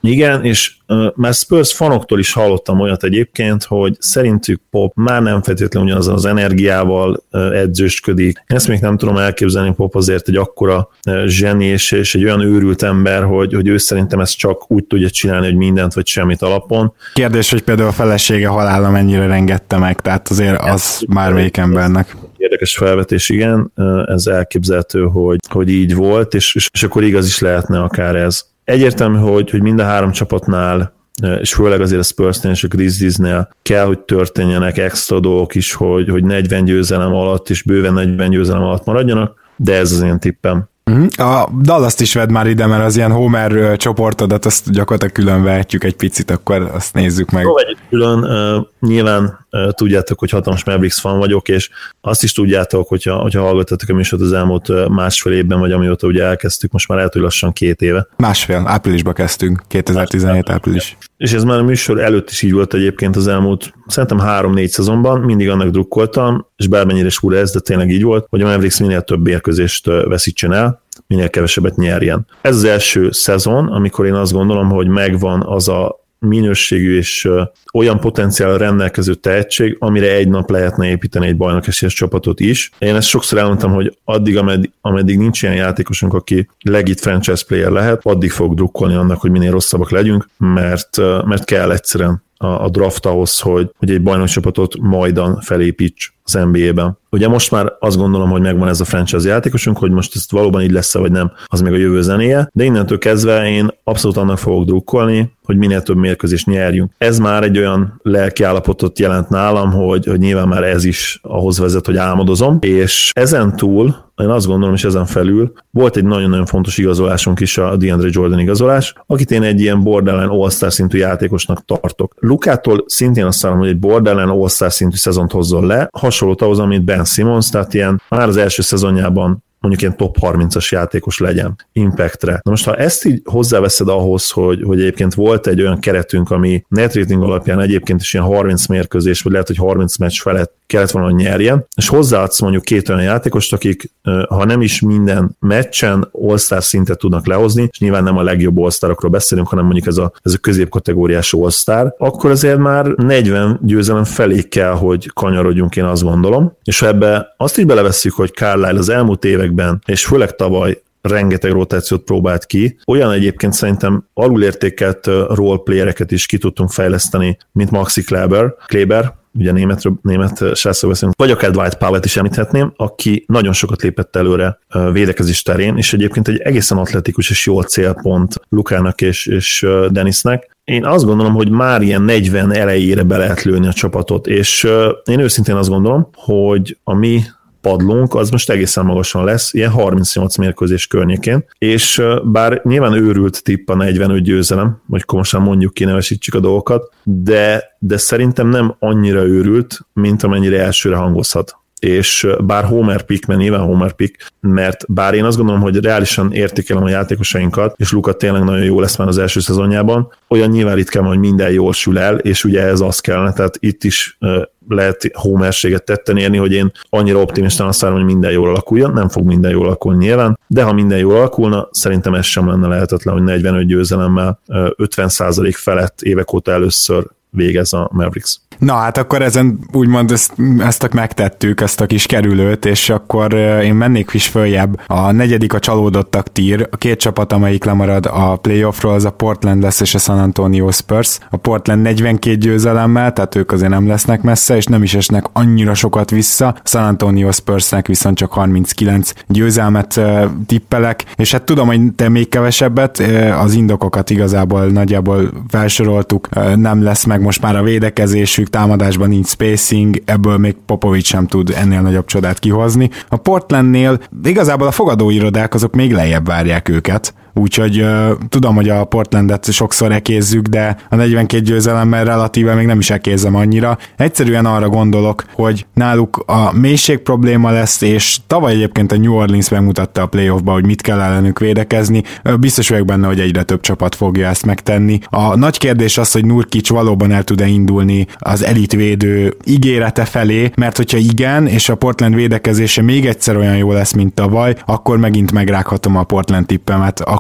Igen, és uh, már Spurs fanoktól is hallottam olyat egyébként, hogy szerintük Pop már nem feltétlenül ugyanaz az energiával uh, edzősködik. Én ezt még nem tudom elképzelni, Pop azért egy akkora uh, zseni és, és egy olyan őrült ember, hogy, hogy ő szerintem ezt csak úgy tudja csinálni, hogy mindent vagy semmit alapon. Kérdés, hogy például a felesége halála mennyire rengette meg, tehát azért az már melyik embernek. Érdekes felvetés, igen, ez elképzelhető, hogy, hogy így volt, és, és, és akkor igaz is lehetne akár ez. Egyértelmű, hogy, hogy mind a három csapatnál, és főleg azért a Spursnél és a Grizzliesnél kell, hogy történjenek extra dolgok is, hogy, hogy negyven győzelem alatt és bőven negyven győzelem alatt maradjanak, de ez az én tippem. A Dallas-t is vedd már ide, mert az ilyen Homer csoportodat azt gyakorlatilag külön vehetjük egy picit, akkor azt nézzük meg. Jó, vegyük külön. Uh, nyilván uh, tudjátok, hogy hatalmas Mavericks fan vagyok, és azt is tudjátok, hogyha, hogyha hallgattatok a műsort az elmúlt uh, másfél évben, vagy amióta ugye elkezdtük, most már lehet, hogy lassan két éve. Másfél, áprilisba kezdtünk, kétezer-tizenhét április. És ez már a műsor előtt is így volt egyébként az elmúlt, szerintem három-négy szezonban, mindig annak drukkoltam, és bármennyire is fura ez, de tényleg így volt, hogy a Mavericks minél több mérkőzést veszítsen el, minél kevesebbet nyerjen. Ez az első szezon, amikor én azt gondolom, hogy megvan az a minőségű és olyan potenciál rendelkező tehetség, amire egy nap lehetne építeni egy bajnokesélyes csapatot is. Én ezt sokszor elmondtam, hogy addig, ameddig, ameddig nincs ilyen játékosunk, aki legit franchise player lehet, addig fog drukkolni annak, hogy minél rosszabbak legyünk, mert, mert kell egyszerűen a draft ahhoz, hogy, hogy egy bajnokcsapatot majdan felépíts az en bé á-ben. Ugye most már azt gondolom, hogy megvan ez a franchise játékosunk, hogy most ez valóban így lesz, vagy nem, az még a jövő zenéje, de innentől kezdve én abszolút annak fogok drukkolni, hogy minél több mérkőzést nyerjünk. Ez már egy olyan lelki állapotot jelent nálam, hogy, hogy nyilván már ez is ahhoz vezet, hogy álmodozom, és ezen túl, én azt gondolom, és ezen felül volt egy nagyon-nagyon fontos igazolásunk is, a DeAndre Jordan igazolás, akit én egy ilyen borderline all-star szintű játékosnak tartok. Lukától szintén azt szállom, hogy egy borderline all-star szintű szezont hozzon le, hasonlót ahhoz, amit Ben Simmons, tehát ilyen már az első szezonjában mondjuk ilyen top harmincas játékos legyen impactre. Na most, ha ezt így hozzáveszed ahhoz, hogy, hogy egyébként volt egy olyan keretünk, ami net rating alapján egyébként is ilyen harminc mérkőzés, vagy lehet, hogy harminc meccs felett kellett volna, hogy nyerjen, és hozzáadsz mondjuk két olyan játékost, akik, ha nem is minden meccsen all-star szintet tudnak lehozni, és nyilván nem a legjobb all-starokról beszélünk, hanem mondjuk ez a, ez a középkategóriás all-star, akkor azért már negyven győzelem felé kell, hogy kanyarodjunk, én azt gondolom. És ha ebbe azt így belevesszük, hogy Carlisle az elmúlt években, és főleg tavaly rengeteg rotációt próbált ki. Olyan egyébként szerintem alulértékelt roleplayereket is ki tudtunk fejleszteni, mint Maxi Kleber, Kleber, ugye németről, német srácról beszélünk, vagy akár Dwight Powell-t is említhetném, aki nagyon sokat lépett előre védekezés terén, és egyébként egy egészen atletikus és jó célpont Lukának és, és Dennisnek. Én azt gondolom, hogy már ilyen negyven elejére be lehet lőni a csapatot, és én őszintén azt gondolom, hogy a mi padlónk az most egészen magasan lesz, ilyen harmincnyolc mérkőzés környékén, és bár nyilván őrült tipp a negyvenöt győzelem, hogy komolyan mondjuk ki, nevesítsük a dolgokat, de, de szerintem nem annyira őrült, mint amennyire elsőre hangozhat. És bár Homer pick, mert nyilván Homer pick, mert bár én azt gondolom, hogy reálisan értékelem a játékosainkat, és Luka tényleg nagyon jó lesz már az első szezonjában, olyan nyilván ritkán, hogy minden jól sül el, és ugye ez az kellene, tehát itt is lehet homerséget tetten érni, hogy én annyira optimistán azt várom, hogy minden jól alakuljon, nem fog minden jól alakulni nyilván, de ha minden jól alakulna, szerintem ez sem lenne lehetetlen, hogy negyvenöt győzelemmel ötven százalék felett évek óta először végez a Mavericks. Na hát akkor ezen úgymond ezt, ezt a megtettük, ezt a kis kerülőt, és akkor én mennék is följebb. A negyedik a csalódottak tír, a két csapat, amelyik lemarad a playoffról, az a Portland lesz és a San Antonio Spurs. A Portland negyvenkét győzelemmel, tehát ők azért nem lesznek messze, és nem is esnek annyira sokat vissza. A San Antonio Spursnek viszont csak harminckilenc győzelmet uh, tippelek, és hát tudom, hogy te még kevesebbet, uh, az indokokat igazából nagyjából felsoroltuk, uh, nem lesz meg most már a védekezésük, támadásban nincs spacing, ebből még Popovics sem tud ennél nagyobb csodát kihozni. A Portlandnél igazából a fogadóirodák azok még lejjebb várják őket, úgyhogy uh, tudom, hogy a Portlandet sokszor ekézzük, de a negyvenkét győzelemmel relatíve még nem is ekézzem annyira. Egyszerűen arra gondolok, hogy náluk a mélység probléma lesz, és tavaly egyébként a New Orleans megmutatta a playoffba, hogy mit kell ellenük védekezni. Biztos vagyok benne, hogy egyre több csapat fogja ezt megtenni. A nagy kérdés az, hogy Nurkic valóban el tud-e indulni az elitvédő ígérete felé, mert hogyha igen, és a Portland védekezése még egyszer olyan jó lesz, mint tavaly, akkor megint megrághatom a Portland tippemet,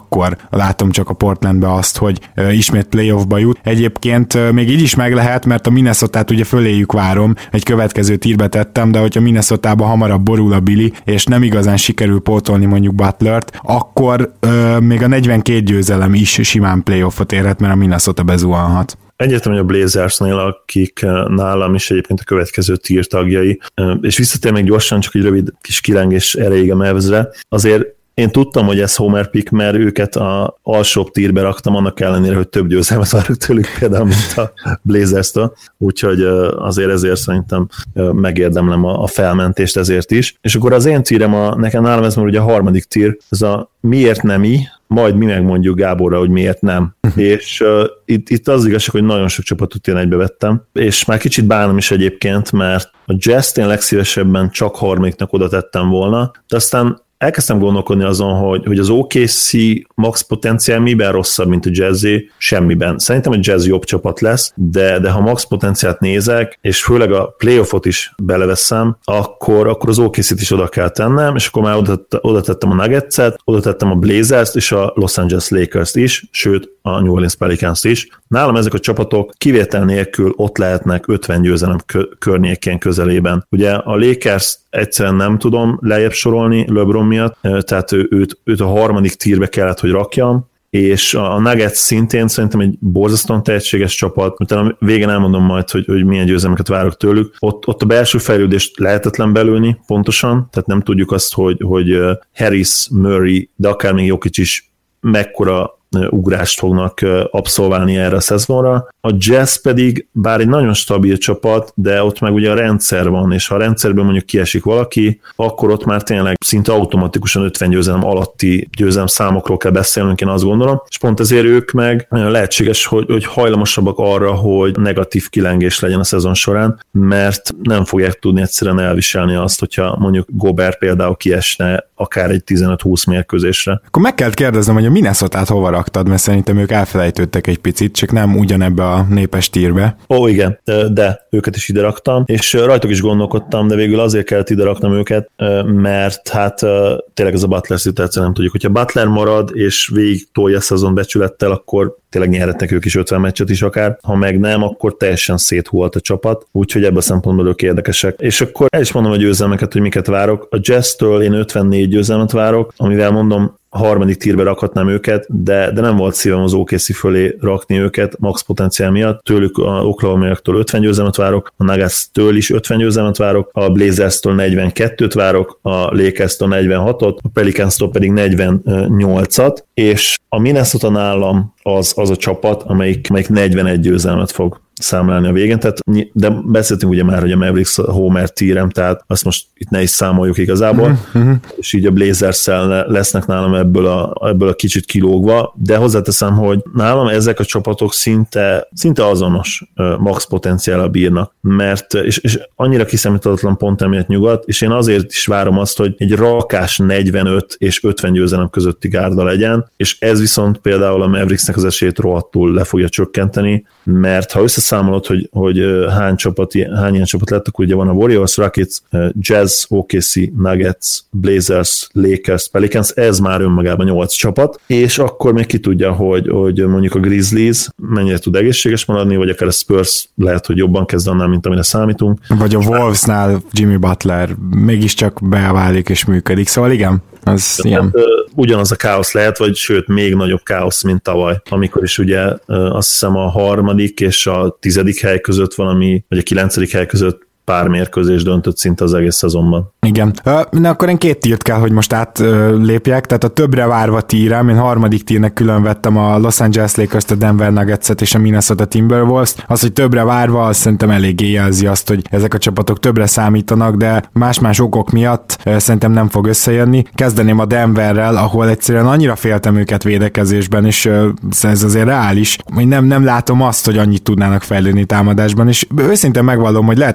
akkor látom csak a Portlandbe azt, hogy ismét playoffba jut. Egyébként még így is meg lehet, mert a Minnesotát ugye föléjük várom, egy következő tírbe tettem, de hogyha Minnesotába hamarabb borul a Billy, és nem igazán sikerül pótolni mondjuk Butlert, akkor ö, még a negyvenkét győzelem is simán playoffot érhet, mert a Minnesota bezuhanhat. Egyértelmű, hogy a Blazersnél, akik nálam is egyébként a következő tier tagjai, és visszatér még gyorsan, csak egy rövid kis kilengés erejéig a Mavsre, azért én tudtam, hogy ez homer pick, mert őket a alsóbb tírbe raktam, annak ellenére, hogy több győzelmet várok tőlük például, mint a Blazers-től, úgyhogy azért ezért szerintem megérdemlem a felmentést ezért is. És akkor az én tírem, a, nekem nálam ez már ugye a harmadik tír, ez a miért nem i, majd mi megmondjuk Gáborra, hogy miért nem. és uh, itt, itt az igazság, hogy nagyon sok csapatot én egybevettem, és már kicsit bánom is egyébként, mert a Jazz-t én legszívesebben csak harmadiknak oda tettem volna, de aztán elkezdtem gondolkodni azon, hogy, hogy az o ká cé max potenciál miben rosszabb, mint a Jazzé, semmiben. Szerintem a Jazz jobb csapat lesz, de, de ha max potenciált nézek, és főleg a playoffot is beleveszem, akkor, akkor az o ká cét is oda kell tennem, és akkor már oda, oda tettem a Nuggets-et, oda tettem a Blazers-t és a Los Angeles Lakers-t is, sőt a New Orleans Pelicans-t is. Nálam ezek a csapatok kivétel nélkül ott lehetnek ötven győzelem környékén közelében. Ugye a Lakers egyszerűen nem tudom lejjebb sorolni LeBron miatt, tehát ő, őt, őt a harmadik tírbe kellett, hogy rakjam, és a Nuggets szintén szerintem egy borzasztóan tehetséges csapat, utána végén elmondom majd, hogy, hogy milyen győzelmeket várok tőlük. Ott, ott a belső fejlődést lehetetlen belőni pontosan, tehát nem tudjuk azt, hogy, hogy Harris, Murray, de akár még Jokic is mekkora ugrást fognak abszolválni erre a szezonra. A Jazz pedig, bár egy nagyon stabil csapat, de ott meg ugye a rendszer van, és ha a rendszerből mondjuk kiesik valaki, akkor ott már tényleg szinte automatikusan ötven győzelem alatti győzelem számokról kell beszélnünk, én azt gondolom, és pont ezért ők meg lehetséges, hogy, hogy hajlamosabbak arra, hogy negatív kilengés legyen a szezon során, mert nem fogják tudni egyszerűen elviselni azt, hogyha mondjuk Gobert például kiesne akár egy tizenöt-húsz mérkőzésre. Akkor meg kell kérdeznem, hogy a Minnesotát hova raktad, mert szerintem ők elfelejtődtek egy picit, csak nem ugyanebbe a népes tírbe. Ó, igen, de őket is ide raktam, és rajtuk is gondolkodtam, de végül azért kellett ide raknom őket, mert hát tényleg ez a Butler szituáció nem tudjuk. Hogyha Butler marad, és végig tolja a szezon becsülettel, akkor tényleg nyerhetnek ők is ötven meccset is akár, ha meg nem, akkor teljesen széthult a csapat, úgyhogy ebből a szempontból ők érdekesek. És akkor el is mondom a győzelmeket, hogy miket várok. A Jazz-től én ötvennégy győzelmet várok, amivel mondom, a harmadik tírbe rakhatnám őket, de, de nem volt szívem az o ká cé fölé rakni őket max potenciál miatt. Tőlük a Oklahoma-től ötven győzelmet várok, a Nuggets-től is ötven győzelmet várok, a Blazers-től negyvenkettőt várok, a Lakers-től negyvenhatot, a Pelicans-től pedig negyvennyolcat, és a Minnesota nálam az, az a csapat, amelyik, amelyik negyvenegy győzelmet fog számlálni a végén, tehát, de beszéltünk ugye már, hogy a Mavericks a Homer tírem, tehát azt most itt ne is számoljuk igazából, uh-huh. és így a Blazers-szel lesznek nálam ebből a, ebből a kicsit kilógva, de hozzáteszem, hogy nálam ezek a csapatok szinte, szinte azonos max potenciállal bírnak, mert, és, és annyira kiszámíthatatlan pont emiatt nyugat, és én azért is várom azt, hogy egy rakás negyvenöt és ötven győzelem közötti gárda legyen, és ez viszont például a Mavericksnek az esélyt rohadtul le fogja csökkenteni, mert ha összeszámolod, hogy, hogy hány, csapat, hány ilyen csapat lett, akkor ugye van a Warriors, Rockets, Jazz, o ká cé, Nuggets, Blazers, Lakers, Pelicans, ez már önmagában nyolc csapat, és akkor még ki tudja, hogy, hogy mondjuk a Grizzlies mennyire tud egészséges maradni, vagy akár a Spurs lehet, hogy jobban kezd annál, mint amire számítunk. Vagy a Wolvesnál Jimmy Butler mégiscsak beválik és működik, szóval igen. Az ilyen. Hát, ugyanaz a káosz lehet, vagy sőt, még nagyobb káosz, mint tavaly, amikor is ugye azt hiszem a harmadik és a tizedik hely között valami, vagy a kilencedik hely között pár mérkőzés döntött szinte az egész szezonban. Igen. Na akkor én két tírt kell, hogy most átlépjek, tehát a többre várva tírem, én harmadik tírnek külön vettem a Los Angeles Lakers-t, a Denver Nuggets-et és a Minnesota Timberwolves-t. Az, hogy többre várva, azt szerintem eléggé jelzi azt, hogy ezek a csapatok többre számítanak, de más-más okok miatt szerintem nem fog összejönni. Kezdeném a Denverrel, ahol egyszerűen annyira féltem őket védekezésben, és ez azért reális, hogy nem, nem látom azt, hogy annyit tudnának fejlődni támadásban, és őszintén megvallom, hogy lehet, hogy a Denver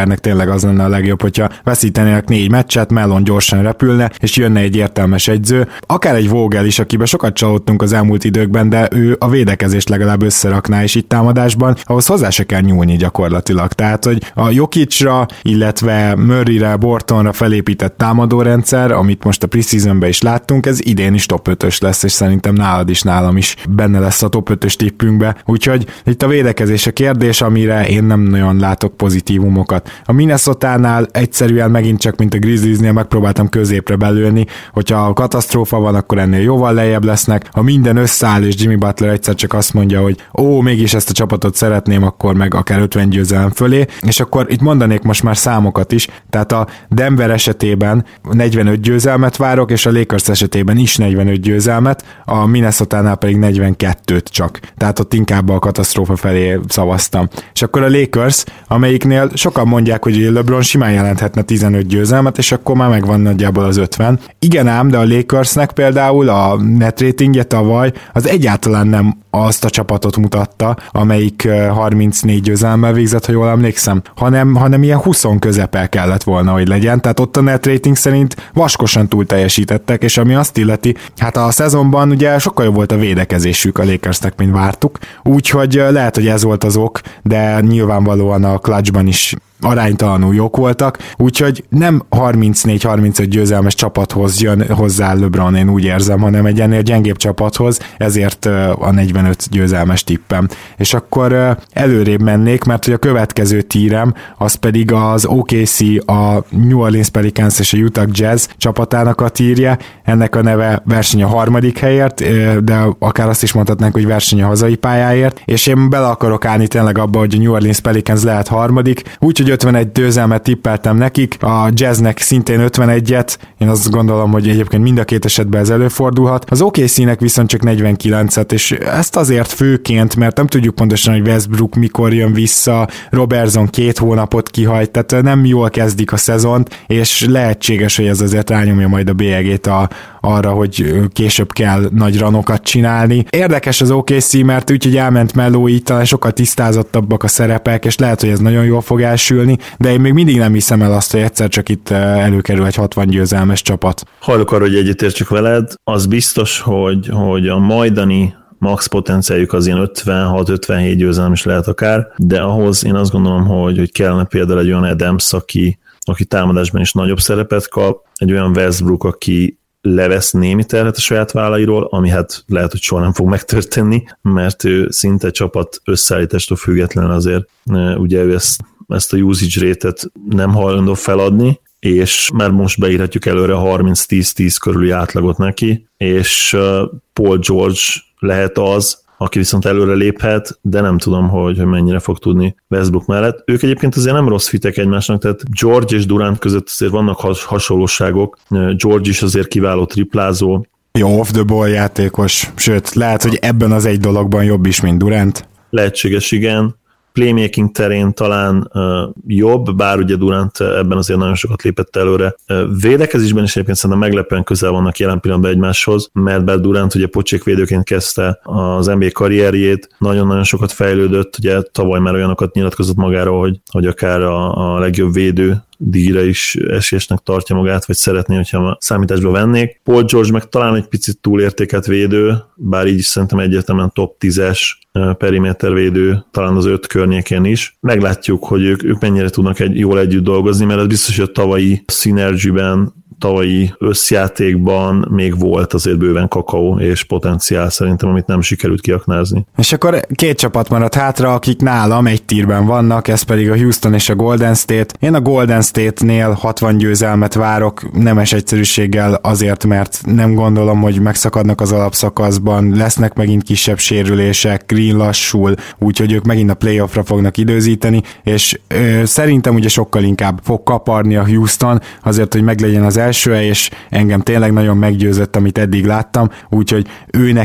Denvernek tényleg az lenne a legjobb, hogyha veszítenének négy meccset, Mellon gyorsan repülne, és jönne egy értelmes egyző. Akár egy Vogel is, akiben sokat csalódtunk az elmúlt időkben, de ő a védekezést legalább összerakná, és itt támadásban ahhoz hozzá se kell nyúlni gyakorlatilag. Tehát, hogy a Jokicra, illetve Murrayre, Bortonra felépített támadórendszer, amit most a preseasonben is láttunk, ez idén is top ötös lesz, és szerintem nálad is, nálam is benne lesz a top ötös tippünkbe. Úgyhogy itt a védekezés a kérdés, amire én nem nagyon látok pozitívumokat. A Minnesotánál egyszerűen megint csak, mint a Grizzliesnél megpróbáltam középre belülni, hogyha a katasztrófa van, akkor ennél jóval lejjebb lesznek. Ha minden összeáll, és Jimmy Butler egyszer csak azt mondja, hogy ó, mégis ezt a csapatot szeretném, akkor meg akár ötven győzelem fölé, és akkor itt mondanék most már számokat is, tehát a Denver esetében negyvenöt győzelmet várok, és a Lakers esetében is negyvenöt győzelmet, a Minnesotánál pedig negyvenkettőt csak. Tehát ott inkább a katasztrófa felé szavaztam. És akkor a Lakers, amelyiknél sokan mondják, hogy LeBron simán jelenthetne tizenöt győzelmet, és akkor már megvan nagyjából az ötven. Igen ám, de a Lakersnek például a net ratingje tavaly az egyáltalán nem azt a csapatot mutatta, amelyik harmincnégy győzelemmel végzett, ha jól emlékszem, hanem, hanem ilyen húsz közepel kellett volna, hogy legyen, tehát ott a net rating szerint vaskosan túl teljesítettek, és ami azt illeti, hát a szezonban ugye sokkal jobb volt a védekezésük a Lakersnek, mint vártuk, úgyhogy lehet, hogy ez volt az ok, de nyilvánvalóan a clutchban is aránytalanul jók voltak, úgyhogy nem harmincnégy harmincöt győzelmes csapathoz jön hozzá LeBron, én úgy érzem, hanem egy ennél gyengébb csapathoz, ezért a negyvenöt győzelmes tippem. És akkor előrébb mennék, mert hogy a következő tírem, az pedig az o ká cé, a New Orleans Pelicans és a Utah Jazz csapatának a tírje, ennek a neve verseny a harmadik helyért, de akár azt is mondhatnánk, hogy verseny a hazai pályáért, és én bele akarok állni tényleg abba, hogy a New Orleans Pelicans lehet harmadik, úgyhogy ötvenegy győzelmet tippeltem nekik, a Jazznek szintén ötvenegyet, én azt gondolom, hogy egyébként mind a két esetben ez előfordulhat, az o ká cé-nek viszont csak negyvenkilencet, és ezt azért főként, mert nem tudjuk pontosan, hogy Westbrook mikor jön vissza, Robertson két hónapot kihajt, tehát nem jól kezdik a szezont, és lehetséges, hogy ez azért rányomja majd a bélyegét a, arra, hogy később kell nagy ranokat csinálni. Érdekes az o ká cé, mert úgyhogy elment Melo, így talán sokkal tisztázottabbak a szerepek, és lehet, hogy ez nagyon jól fog elsülni, de én még mindig nem hiszem el azt, hogy egyszer csak itt előkerül egy hatvan győzelmes csapat. Hajlok arra, hogy egyetértsük veled, az biztos, hogy, hogy a majdani max potenciáljuk az ilyen ötvenhat ötvenhét győzelem is lehet akár, de ahhoz én azt gondolom, hogy, hogy kellene például egy olyan Adams, aki, aki támadásban is nagyobb szerepet kap, egy olyan Westbrook, aki levesz némi terhet a saját vállairól, ami hát lehet, hogy soha nem fog megtörténni, mert ő szinte csapat összeállítástól független azért, ugye ő ezt, ezt a usage rate-et nem hajlandó feladni, és már most beírhatjuk előre harminc tíz tíz körüli átlagot neki, és Paul George lehet az, aki viszont előre léphet, de nem tudom, hogy, hogy mennyire fog tudni Westbrook mellett. Ők egyébként azért nem rossz fitek egymásnak, tehát George és Durant között azért vannak has- hasonlóságok. George is azért kiváló triplázó. Jó off the ball játékos, sőt, lehet, hogy ebben az egy dologban jobb is, mint Durant. Lehetséges, igen. Playmaking terén talán uh, jobb, bár ugye Durant ebben azért nagyon sokat lépett előre. Uh, védekezésben is egyébként szerintem meglepően közel vannak jelen pillanatban egymáshoz, mert bár Durant ugye pocsékvédőként kezdte az en bé á karrierjét, nagyon-nagyon sokat fejlődött, ugye tavaly már olyanokat nyilatkozott magáról, hogy, hogy akár a, a legjobb védő díjra is esélyesnek tartja magát, vagy szeretné, hogyha számításba vennék. Paul George meg talán egy picit túlértéket védő, bár így is szerintem egyértelműen top tízes perimétervédő, talán az öt környékén is. Meglátjuk, hogy ők, ők mennyire tudnak egy, jól együtt dolgozni, mert ez biztos, hogy a tavalyi Synergy-ben, tavalyi összjátékban még volt azért bőven kakaó és potenciál szerintem, amit nem sikerült kiaknázni. És akkor két csapat maradt hátra, akik nálam egy tírben vannak, ez pedig a Houston és a Golden State. Én a Golden State-nél hatvan győzelmet várok, nemes egyszerűséggel azért, mert nem gondolom, hogy megszakadnak az alapszakaszban, lesznek megint kisebb sérülések, Green lassul, úgyhogy ők megint a playoffra fognak időzíteni, és ö, szerintem ugye sokkal inkább fog kaparni a Houston, azért, hogy meglegyen az első hely, és engem tényleg nagyon meggyőzött, amit eddig láttam, úgyhogy ő nekik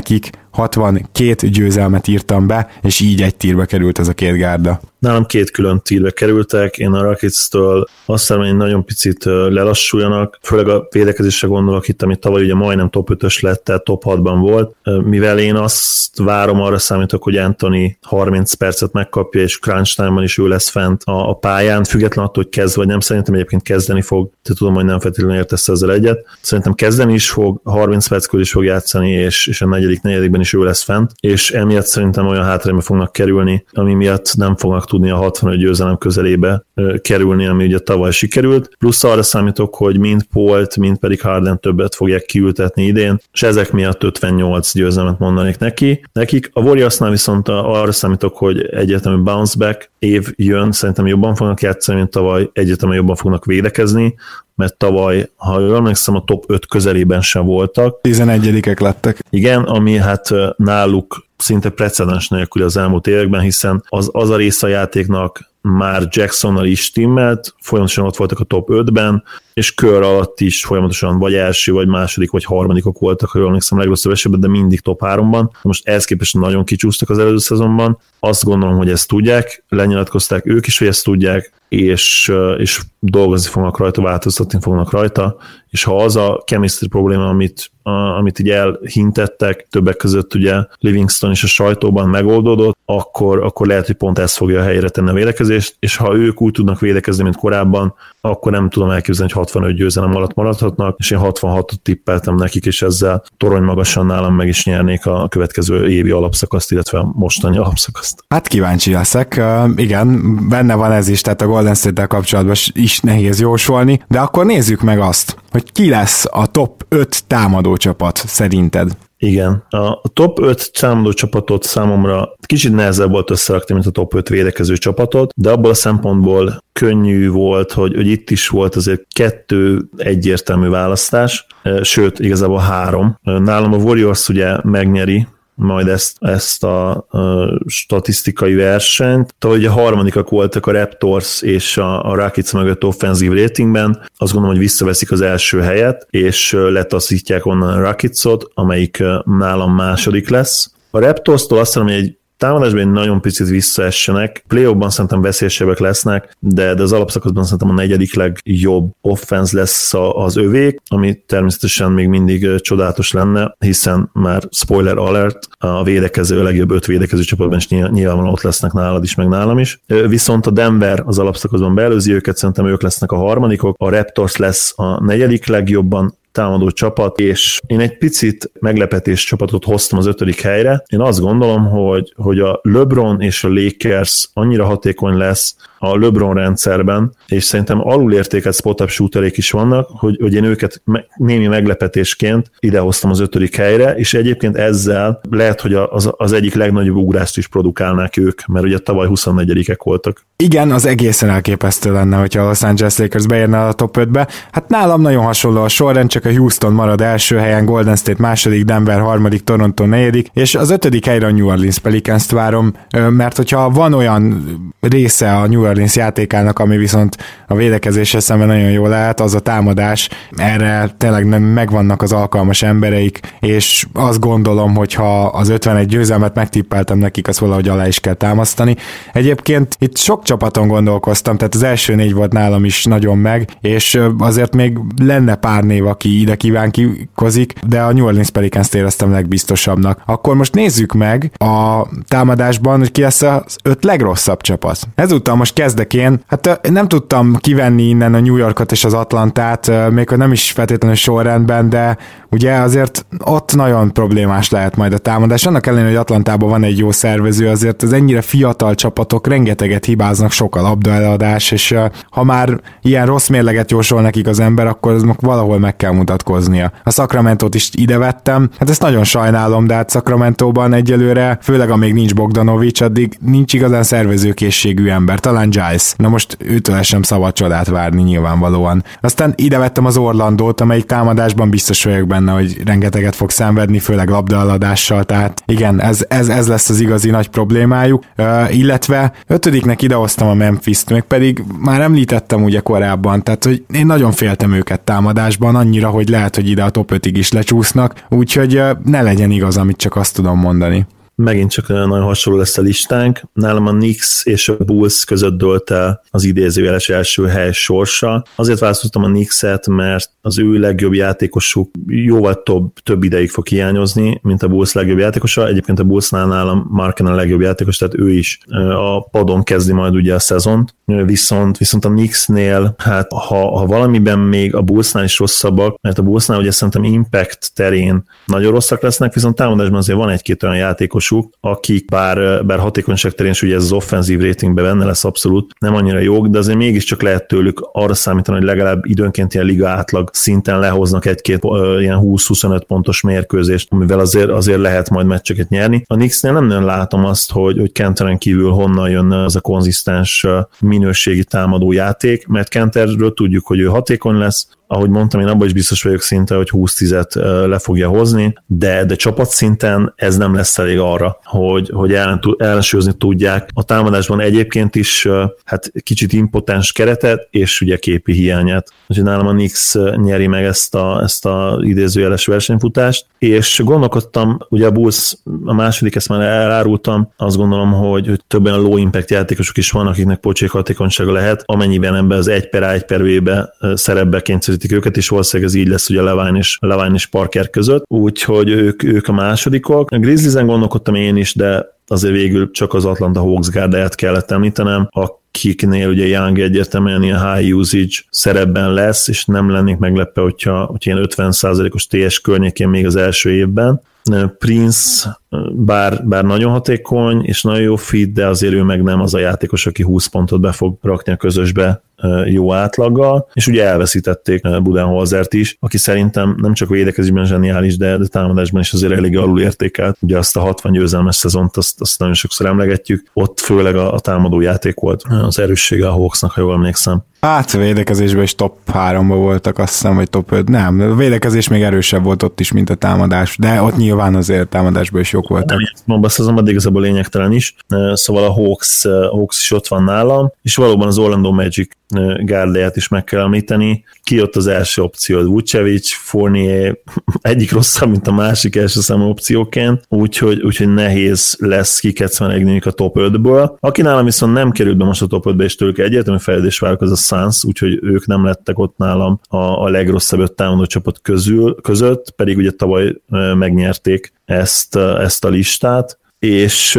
hatvankét győzelmet írtam be, és így egy tírbe került ez a két gárda. Nálam két külön tírbe kerültek, én a Rockets-től azt hiszem, hogy nagyon picit lelassuljanak, főleg a védekezésre gondolok itt, amit tavaly ugye majdnem top ötös lett, tehát top hatban volt, mivel én azt várom, arra számítok, hogy Anthony harminc percet megkapja, és crunch time-ban is ő lesz fent a, a pályán, független attól, hogy kezd vagy nem, szerintem egyébként kezdeni fog, te tudom, hogy nem feltétlenül értesz ezzel egyet, szerintem kezdeni is fog, harminc perc körül is fog játszani, és, és a negyedik, negyedikben is ő lesz fent, és emiatt szerintem olyan hátrányba fognak kerülni, ami miatt nem fognak tudni a hatvanöt győzelem közelébe kerülni, ami ugye tavaly sikerült. Plusz arra számítok, hogy mind Pault, mind pedig Harden többet fogják kiültetni idén, és ezek miatt ötvennyolc győzelmet mondanék neki. Nekik a Warriorsnál viszont arra számítok, hogy egyértelmű bounce back év jön, szerintem jobban fognak játszani, mint tavaly, egyértelműen jobban fognak védekezni, mert tavaly, ha jól emlékszem, a top öt közelében sem voltak. tizenegyedikek lettek. Igen, ami hát náluk szinte precedens nélkül az elmúlt években, hiszen az, az a része a játéknak már Jacksonnal is stimmelt, folyamatosan ott voltak a top ötben, és kör alatt is folyamatosan vagy első, vagy második, vagy harmadikok voltak, ha jól emlékszem, legrosszabb esetben, de mindig top háromban. Most ehhez képest nagyon kicsúsztak az előző szezonban. Azt gondolom, hogy ezt tudják, lenyilatkozták ők is, hogy ezt tudják, és, és dolgozni fognak rajta, változtatni fognak rajta, és ha az a chemistry probléma, amit, a, amit így elhintettek, többek között ugye Livingston is a sajtóban megoldódott, akkor, akkor lehet, hogy pont ez fogja a helyre tenni a védekezést, és ha ők úgy tudnak védekezni, mint korábban, akkor nem tudom elképzelni, hogy hatvanöt győzelem alatt maradhatnak, és én hatvanhatot tippeltem nekik, és ezzel torony magasan nálam meg is nyernék a következő évi alapszakaszt, illetve a mostani alapszakaszt. Hát kíváncsi leszek. Uh, igen, benne van ez is, tehát a Golden State-tel kapcsolatban is nehéz jósolni, de akkor nézzük meg azt, hogy ki lesz a top öt támadó csapat szerinted? Igen. A top öt támadó csapatot számomra kicsit nehezebb volt összerakni, mint a top öt védekező csapatot, de abból a szempontból könnyű volt, hogy, hogy itt is volt azért kettő egyértelmű választás, sőt, igazából három. Nálam a Warriors ugye megnyeri majd ezt, ezt a, a statisztikai versenyt. Tehát ugye a harmadikak voltak a Raptors és a, a Rockets mögött offenzív ratingben, azt gondolom, hogy visszaveszik az első helyet, és letaszítják onnan a Rocketsot, amelyik nálam második lesz. A Raptorstól azt mondom, hogy egy támadásban nagyon picit visszaessenek, play-offban szerintem veszélyesebbek lesznek, de, de az alapszakaszban szerintem a negyedik legjobb offense lesz az övék, ami természetesen még mindig csodálatos lenne, hiszen már spoiler alert, a védekező, a legjobb öt védekező csapatban is nyilvánvalóan ott lesznek nálad is, meg nálam is. Viszont a Denver az alapszakaszban beelőzi őket, szerintem ők lesznek a harmadikok, a Raptors lesz a negyedik legjobban támadó csapat, és én egy picit meglepetés csapatot hoztam az ötödik helyre. Én azt gondolom, hogy, hogy a LeBron és a Lakers annyira hatékony lesz a LeBron rendszerben, és szerintem alulértékelt spot-up shooterék is vannak, hogy, hogy én őket me- némi meglepetésként idehoztam az ötödik helyre, és egyébként ezzel lehet, hogy az, az egyik legnagyobb ugrást is produkálnák ők, mert ugye tavaly huszonnegyedikek voltak. Igen, az egészen elképesztő lenne, hogyha a Los Angeles Lakers beérne a top ötbe. Hát nálam nagyon hasonló a sorrend, csak a Houston marad első helyen, Golden State második, Denver harmadik, Toronto negyedik, és az ötödik helyre a New Orleans Pelicans-t várom, mert hogyha van olyan része a New Orleans játékának, ami viszont a védekezéshez szemben nagyon jól lehet, az a támadás. Erre tényleg nem megvannak az alkalmas embereik, és azt gondolom, hogy ha az ötvenegy győzelmet megtippeltem nekik, azt valahogy alá is kell támasztani. Egyébként itt sok csapaton gondolkoztam, tehát az első négy volt nálam is nagyon meg, és azért még lenne pár név, aki ide kívánkozik, de a New Orleans Pelicans-t éreztem legbiztosabbnak. Akkor most nézzük meg a támadásban, hogy ki lesz az öt legrosszabb csapat. Ezúttal most kezdek én. Hát nem tudtam kivenni innen a New Yorkot és az Atlantát, még nem is feltétlenül sorrendben, de ugye azért ott nagyon problémás lehet majd a támadás. Annak ellenére, hogy Atlantában van egy jó szervező, azért az ennyire fiatal csapatok rengeteget hibáznak, sok a labdaeladás, és ha már ilyen rossz mérleget jósol nekik az ember, akkor az valahol meg kell mutatkoznia. A Sacramento-t is ide vettem, hát ezt nagyon sajnálom, de hát Sacramento-ban egyelőre, főleg amíg nincs Bogdanovics, addig nincs igazán szervezőkészségű ember, talán Giles. Na most őtől sem szabad csodát várni nyilvánvalóan. Aztán ide vettem az Orlandót, amelyik támadásban biztos vagyok benne, hogy rengeteget fog szenvedni, főleg labdaeladással, tehát igen, ez, ez, ez lesz az igazi nagy problémájuk, uh, illetve ötödiknek ide behoztam a Memphist, meg pedig már említettem ugye korábban, tehát hogy én nagyon féltem őket támadásban, annyira, hogy lehet, hogy ide a top ötig is lecsúsznak, úgyhogy ne legyen igaz, amit csak azt tudom mondani. Megint csak nagyon hasonló lesz a listánk. Nálam a Knicks és a Bulls között dőlt el az idézőjeles első hely sorsa. Azért választottam a Knickset, mert az ő legjobb játékosuk jóval több, több ideig fog hiányozni, mint a Bulls legjobb játékosa. Egyébként a Bullsnál nálam Marken a legjobb játékos, tehát ő is a padon kezdi majd ugye a szezont. Viszont, viszont a Knicksnél, hát ha, ha valamiben még a Bullsnál is rosszabbak, mert a Bullsnál ugye szerintem impact terén nagyon rosszak lesznek, viszont támadásban azért van egy-két olyan játékos, akik bár, bár hatékonyság terén is ugye ez az offenzív ratingben benne lesz abszolút, nem annyira jók, de azért mégiscsak lehet tőlük arra számítani, hogy legalább időnként ilyen liga átlag szinten lehoznak egy-két uh, ilyen húsz-huszonöt pontos mérkőzést, amivel azért, azért lehet majd meccseket nyerni. A Knicksnél nem nagyon látom azt, hogy, hogy Kenteren kívül honnan jönne az a konzisztens uh, minőségi támadó játék, mert Kenterről tudjuk, hogy ő hatékony lesz, ahogy mondtam, én abban is biztos vagyok szinte, hogy húsz-tízet le fogja hozni, de, de csapatszinten ez nem lesz elég arra, hogy, hogy ellensúlyozni tudják. A támadásban egyébként is hát kicsit impotens keretet, és ugye képi hiányát. Úgyhogy nálam a Knicks nyeri meg ezt a, ezt a idézőjeles versenyfutást, és gondolkodtam, ugye a Bulls a második, ezt már elárultam, azt gondolom, hogy, hogy több olyan low impact játékosok is vannak, akiknek pocsék hatékonysága lehet, amennyiben ebben az egy per A, egy per B-be szerepbe kényszerítik őket, és valószínűleg ez így lesz ugye Levine és, Levine és Parker között, úgyhogy ők, ők a másodikok. A Grizzliesen gondolkodtam én is, de azért végül csak az Atlanta Hawks gárdáját kellett említenem, akiknél ugye Young egyértelműen ilyen high usage szerepben lesz, és nem lennék meglepve, hogyha, hogyha ilyen ötven százalékos té es környékén még az első évben. Prince bár, bár nagyon hatékony és nagyon jó fit, de azért ő meg nem az a játékos, aki húsz pontot be fog rakni a közösbe jó átlaggal, és ugye elveszítették Budenholzert is, aki szerintem nem csak védekezésben zseniális, de, de támadásban is azért elég alul értékelt. Ugye azt a hatvan győzelmes szezont, azt, azt nagyon sokszor emlegetjük, ott főleg a, a támadó játék volt az erőssége a Hawksnak, ha jól emlékszem. Hát védekezésben is top háromba voltak, azt hiszem, vagy top öt. Nem, a védekezés még erősebb volt ott is, mint a támadás, de ott nyilván azért támadásban is jók voltak. Nem, mondom, azt azonban igazából lényegtelen is. Szóval a Hawks, Hawks is ott van nálam, és valóban az Orlando Magic gárdáját is meg kell említeni. Ki jött az első opció? Vucevic, Fournier, egyik rosszabb, mint a másik első számú opcióként, úgyhogy, úgyhogy nehéz lesz kikecmenegniük a top ötből. Aki nálam viszont nem került be most a top ötbe, és tőlük egyértelmű fejlődés várok, az a Suns, úgyhogy ők nem lettek ott nálam a, a legrosszabb öt támadó csapat közül, között, pedig ugye tavaly megnyerték ezt, ezt a listát, és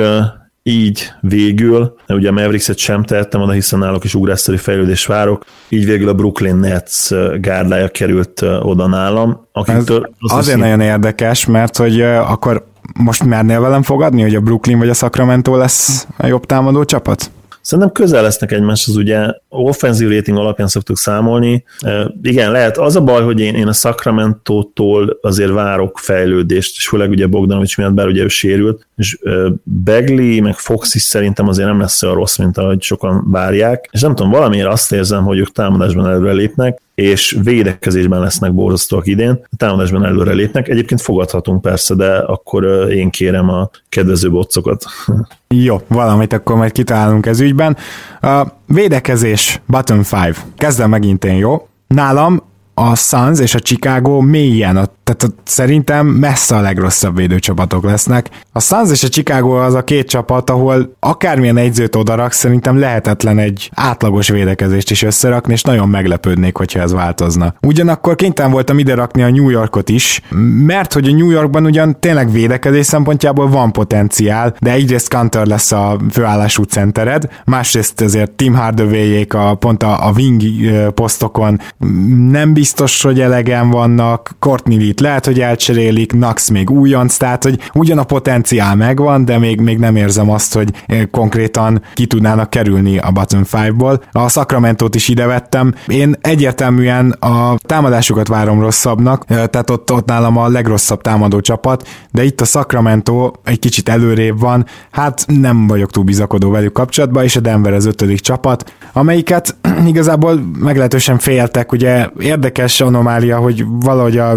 így végül, ugye a Mavericks-et sem tehettem oda, hiszen náluk is ugrásszerű fejlődés várok, így végül a Brooklyn Nets gárdája került oda nálam. Akiktől, az azért nagyon érdekes, mert hogy akkor most mernél velem fogadni, hogy a Brooklyn vagy a Sacramento lesz a jobb támadó csapat? Szerintem közel lesznek egymáshoz, ugye offenzív rating alapján szoktuk számolni. E, igen, lehet. Az a baj, hogy én, én a Sacramento-tól azért várok fejlődést, és főleg ugye Bogdanovics miatt, bár ugye ő sérült, és e, Bagley, meg Fox is szerintem azért nem lesz olyan rossz, mint ahogy sokan várják, és nem tudom, valamiért azt érzem, hogy ők támadásban előre lépnek, és védekezésben lesznek borzasztóak idén, a támadásban előre lépnek. Egyébként fogadhatunk persze, de akkor én kérem a kedvező boccokat. Jó, valamit akkor majd kitalálunk ez ügyben. A védekezés, bottom five. Kezdem megint én, jó? Nálam a Suns és a Chicago mélyen, a, tehát a, szerintem messze a legrosszabb védőcsapatok lesznek. A Suns és a Chicago az a két csapat, ahol akármilyen egyzőt odarak, szerintem lehetetlen egy átlagos védekezést is összerakni, és nagyon meglepődnék, hogyha ez változna. Ugyanakkor kénytelen voltam ide rakni a New Yorkot is, mert hogy a New Yorkban ugyan tényleg védekezés szempontjából van potenciál, de egyrészt Kanter lesz a főállású centered, másrészt azért Tim Hardaway-ék a, pont a, a wing posztokon nem biztos, hogy elegen vannak, Courtney Lee-t lehet, hogy elcserélik, Knox még újonc, tehát, hogy ugyan a potenciál megvan, de még, még nem érzem azt, hogy konkrétan ki tudnának kerülni a bottom five-ból. A Sacramento-t is ide vettem. Én egyértelműen a támadásukat várom rosszabbnak, tehát ott, ott nálam a legrosszabb támadó csapat, de itt a Sacramento egy kicsit előrébb van, hát nem vagyok túl bizakodó velük kapcsolatban, és a Denver az ötödik csapat, amelyiket igazából meglehetősen féltek, ugye érdekes anomália, hogy valahogy a Real gé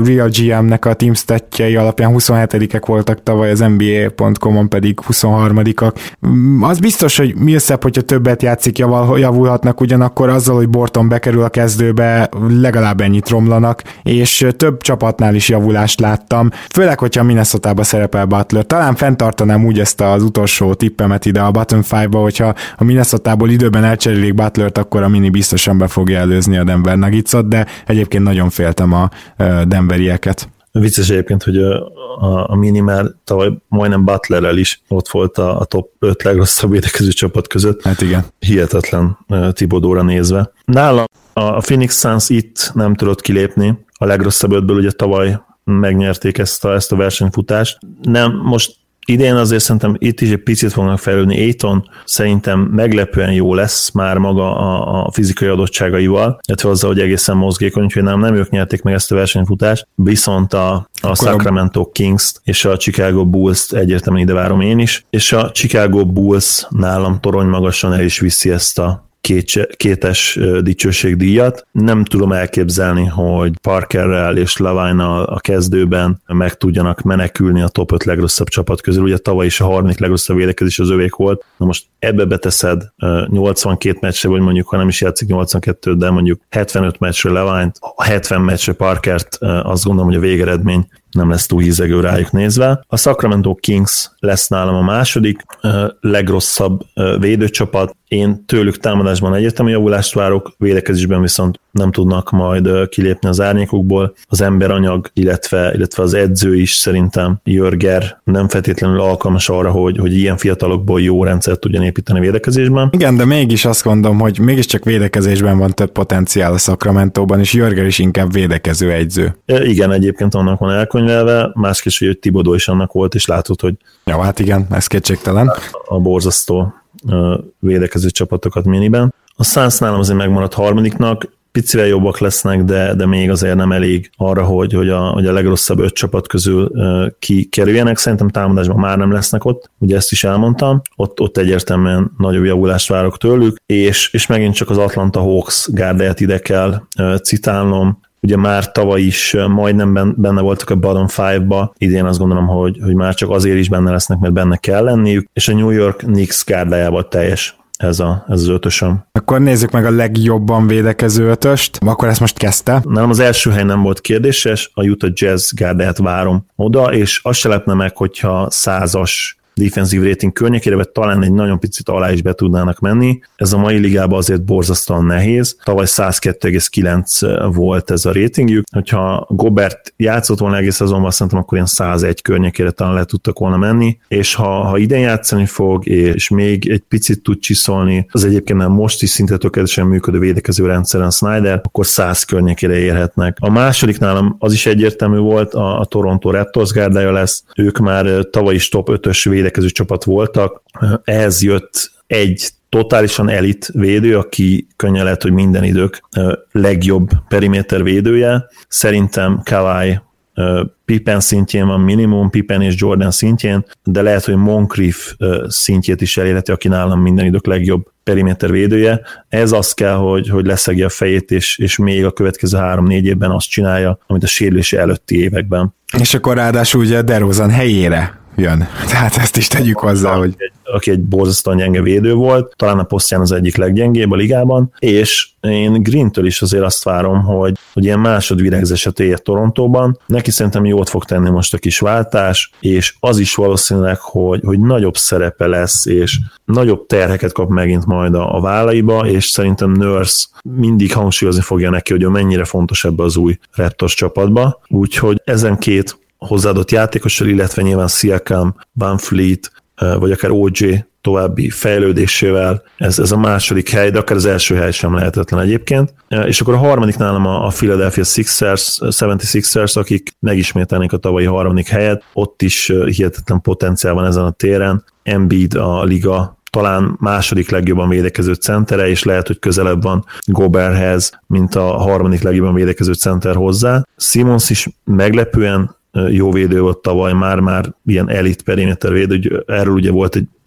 gé em-nek a team statjei alapján huszonhetedikek voltak tavaly, az en bé á pont com-on pedig huszonharmadikak. Az biztos, hogy Millsap, hogyha többet játszik, javal, javulhatnak, ugyanakkor azzal, hogy Borton bekerül a kezdőbe, legalább ennyit romlanak, és több csapatnál is javulást láttam, főleg, hogyha Minnesotába szerepel Butler. Talán fenntartanám úgy ezt az utolsó tippemet ide a bottom five-ba, hogyha a Minnesotából időben elcserélik Butlert, akkor a Mini biztosan be fogja előzni a Denver Nuggetsot, de egyébként nagyon féltem a denverieket. Vicces egyébként, hogy a, a, a Mini már tavaly majdnem Butlerrel is ott volt a, a top öt legrosszabb védekező csapat között. Hát igen. Hihetetlen Thibodeaura nézve. Nálam a Phoenix Suns itt nem tudott kilépni, a legrosszabb ötből ugye tavaly megnyerték ezt a, ezt a versenyfutást. Nem, most idén azért szerintem itt is egy picit fognak fejlődni. Ayton szerintem meglepően jó lesz már maga a, a fizikai adottságaival, illetve azzal, hogy egészen mozgékony, úgyhogy nem, nem ők nyerték meg ezt a versenyfutást, viszont a, a Sacramento Kings és a Chicago Bulls-t egyértelműen ide várom én is, és a Chicago Bulls nálam torony magasan el is viszi ezt a Két, kétes dicsőségdíjat. Nem tudom elképzelni, hogy Parkerrel és Lavine-nal a kezdőben meg tudjanak menekülni a top öt legrosszabb csapat közül. Ugye tavaly is a harmadik legrosszabb védekezés az övék volt. Na most ebbe beteszed nyolcvankét meccsre, vagy mondjuk, ha nem is játszik nyolcvankettőt, de mondjuk hetvenöt meccsre Lavine-t, a hetven meccsre Parkert, azt gondolom, hogy a végeredmény nem lesz túl hízegő rájuk nézve. A Sacramento Kings lesz nálam a második legrosszabb védőcsapat. Én tőlük támadásban egyértelmű javulást várok, védekezésben viszont nem tudnak majd kilépni az árnyékokból. Az emberanyag, illetve, illetve az edző is szerintem Jörger nem feltétlenül alkalmas arra, hogy, hogy ilyen fiatalokból jó rendszert tudjon építeni védekezésben. Igen, de mégis azt gondolom, hogy mégiscsak védekezésben van több potenciál a Sacramentóban, és Jörger is inkább védekező edző. Igen, egyébként annak van elkönyvelve, másképp, hogy Thibodeau is annak volt, és látod, hogy ja, hát igen, ez kétségtelen. A borzasztó védekező csapatokat miniben. A Suns nálam azért megmaradt harmadiknak, picivel jobbak lesznek, de, de még azért nem elég arra, hogy, hogy, a, hogy a legrosszabb öt csapat közül uh, kikerüljenek. Szerintem támadásban már nem lesznek ott, ugye ezt is elmondtam. Ott, ott egyértelműen nagyobb javulást várok tőlük, és, és megint csak az Atlanta Hawks gárdáját ide kell uh, citálnom. Ugye már tavaly is majdnem benne voltak a bottom five-ba, idén azt gondolom, hogy, hogy már csak azért is benne lesznek, mert benne kell lenniük, és a New York Knicks gárdájával teljes ez, a, ez az ötösöm. Akkor nézzük meg a legjobban védekező ötöst, akkor ezt most kezdte. Nálam az első hely nem volt kérdéses, a Utah Jazz gárdáját várom oda, és azt se lepne meg, hogyha százas defensive rating környékére, vagy talán egy nagyon picit alá is be tudnának menni. Ez a mai ligában azért borzasztóan nehéz. Tavaly száz kettő egész kilenc volt ez a ratingjük. Hogyha Gobert játszott volna egész szezonban, szerintem akkor ilyen százegy környékére talán le tudtak volna menni, és ha, ha idén játszani fog, és még egy picit tud csiszolni, az egyébként nem most is szinte tökéletesen működő védekező rendszeren Snyder, akkor száz környékére érhetnek. A második nálam az is egyértelmű volt, a, a Toronto Raptors gárdája lesz. Ők már tavaly is top ötös védekező csapat voltak. Ehhez jött egy totálisan elit védő, aki könnyen lehet, hogy minden idők legjobb periméter védője. Szerintem Kawhi Pippen szintjén van minimum, Pippen és Jordan szintjén, de lehet, hogy Moncrief szintjét is elérheti, aki nálam minden idők legjobb periméter védője. Ez az kell, hogy, hogy leszegje a fejét, és, és még a következő három-négy évben azt csinálja, amit a sérülése előtti években. És akkor ráadásul ugye DeRozan helyére jön. Tehát ezt is tegyük hozzá, aki hogy... Egy, aki egy borzasztóan gyenge védő volt, talán a posztján az egyik leggyengébb a ligában, és én Greentől is azért azt várom, hogy, hogy ilyen másodvirágzást ér Torontóban. Neki szerintem jót fog tenni most a kis váltás, és az is valószínűleg, hogy, hogy nagyobb szerepe lesz, és nagyobb terheket kap megint majd a, a vállaiba, és szerintem Nurse mindig hangsúlyozni fogja neki, hogy ő mennyire fontos ebbe az új Raptors csapatba. Úgyhogy ezen két hozzáadott játékossal, illetve nyilván Siakam, Van Fleet, vagy akár o jé további fejlődésével, ez, ez a második hely, de akár az első hely sem lehetetlen egyébként. És akkor a harmadik nálam a Philadelphia Sixers, hetvenhatos, akik megismételnék a tavalyi harmadik helyet, ott is hihetetlen potenciál van ezen a téren. Embiid a liga talán második legjobban védekező centere, és lehet, hogy közelebb van Goberthez, mint a harmadik legjobban védekező center hozzá. Simmons is meglepően jó védő volt tavaly, már-már ilyen elit periméter védő, erről ugye volt egy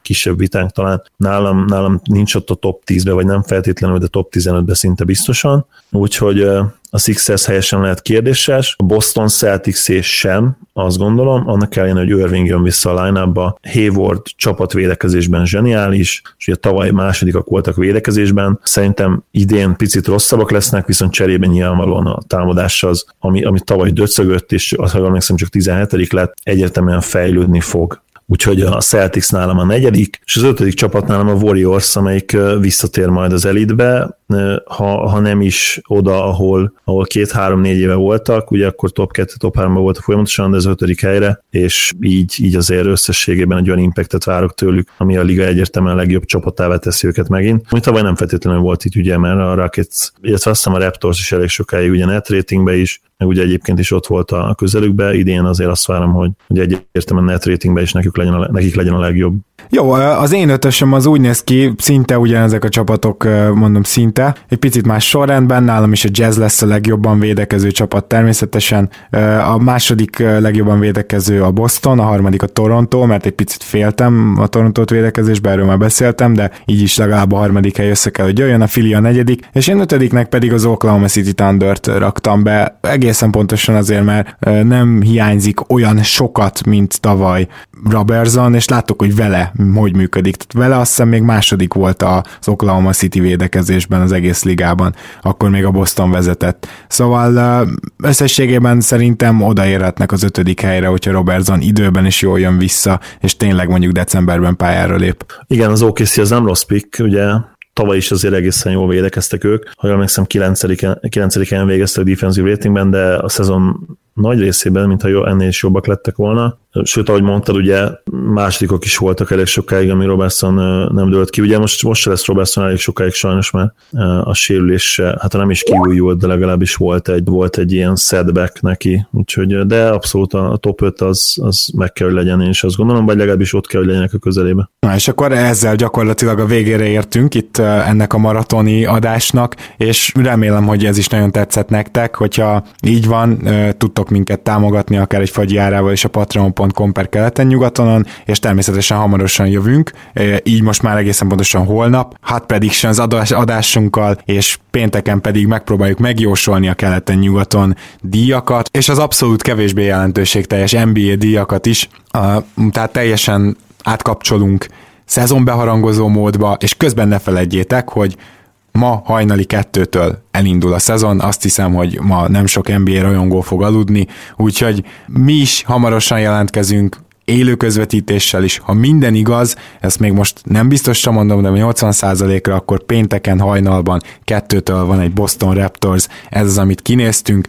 kisebb vitánk talán. Nálam, nálam nincs ott a top tízbe, vagy nem feltétlenül, de top tizenötbe szinte biztosan. Úgyhogy a Sixers helyesen lehet kérdéses. A Boston Celtics sem, azt gondolom, annak ellenére, hogy Irving jön vissza a line-upba. Hayward csapatvédekezésben zseniális, és ugye tavaly másodikak voltak védekezésben. Szerintem idén picit rosszabbak lesznek, viszont cserében nyilvánvalóan a támadás az, ami, ami tavaly döcögött, és azt emlékszem csak tizenhetedik lett, egyértelműen fejlődni fog. Úgyhogy a Celtics nálam a negyedik, és az ötödik csapat nálam a Warriors, amelyik visszatér majd az elitbe, ha, ha nem is oda, ahol, ahol két-három-négy éve voltak, ugye akkor top kettő, top háromban voltak folyamatosan, de az ötödik helyre, és így, így azért összességében egy olyan impactet várok tőlük, ami a liga egyértelműen a legjobb csapatává teszi őket megint. Ami tavaly nem feltétlenül volt itt, ugye, mert a Rockets, illetve azt hiszem a Raptors is elég sokáig ugye net ratingbe is, meg ugye egyébként is ott volt a közelükbe, idén azért azt várom, hogy, hogy egyértelműen net ratingbe is nekik legyen, a, nekik legyen a legjobb. Jó, az én ötösöm az úgy néz ki, szinte ugyanezek a csapatok, mondom szinte, egy picit más sorrendben, nálam is a Jazz lesz a legjobban védekező csapat természetesen, a második legjobban védekező a Boston, a harmadik a Toronto, mert egy picit féltem a Torontót védekezésben, erről már beszéltem, de így is legalább a harmadik hely össze kell, hogy jöjjön, a Philly a negyedik, és én ötödiknek pedig az Oklahoma City Thundert raktam be, egészen pontosan azért, mert nem hiányzik olyan sokat, mint tavaly Robertson, és láttuk, hogy vele hogy működik. Tehát vele azt hiszem még második volt az Oklahoma City védekezésben az egész ligában, akkor még a Boston vezetett. Szóval összességében szerintem odaérhetnek az ötödik helyre, hogyha Robertson időben is jól jön vissza, és tényleg mondjuk decemberben pályára lép. Igen, az o ká cé az nem rossz pick, ugye tavaly is azért egészen jól védekeztek ők, ha jól emlékszem kilencediken végeztek defensive ratingben, de a szezon nagy részében, mintha jó, ennél is jobbak lettek volna. Sőt, ahogy mondtad, ugye másodikok is voltak elég sokáig, ami Robertson nem dőlt ki. Ugye most, most se lesz Robertson elég sokáig sajnos, mert a sérülés, hát nem is kiújult, de legalábbis volt egy, volt egy ilyen setback neki. Úgyhogy, de abszolút a top öt az, az meg kell, hogy legyen, én is azt gondolom, vagy legalábbis ott kell, hogy legyenek a közelébe. Na és akkor ezzel gyakorlatilag a végére értünk itt ennek a maratoni adásnak, és remélem, hogy ez is nagyon tetszett nektek, hogyha így van, tudtok minket támogatni akár egy fagyjárával és a patreon pont com per keleten-nyugatonon, és természetesen hamarosan jövünk, így most már egészen pontosan holnap, Hot Predictions adás, adásunkkal, és pénteken pedig megpróbáljuk megjósolni a keleten-nyugaton díjakat, és az abszolút kevésbé jelentőségteljes en bé á díjakat is, tehát teljesen átkapcsolunk szezonbeharangozó módba, és közben ne feledjétek, hogy ma hajnali kettőtől elindul a szezon, azt hiszem, hogy ma nem sok en bé á rajongó fog aludni, úgyhogy mi is hamarosan jelentkezünk, élő közvetítéssel is, ha minden igaz, ezt még most nem biztosra mondom, de nyolcvan százalékra, akkor pénteken hajnalban kettőtől van egy Boston Raptors, ez az, amit kinéztünk,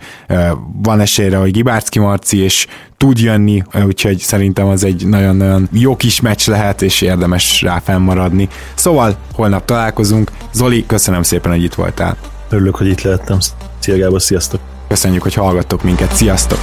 van esélyre, hogy Gibárcki Marci és tud jönni, úgyhogy szerintem az egy nagyon-nagyon jó kis meccs lehet, és érdemes rá fennmaradni. Szóval holnap találkozunk. Zoli, köszönöm szépen, hogy itt voltál. Örülök, hogy itt lehettem. Szia Gábor, sziasztok! Köszönjük, hogy hallgattok minket, sziasztok!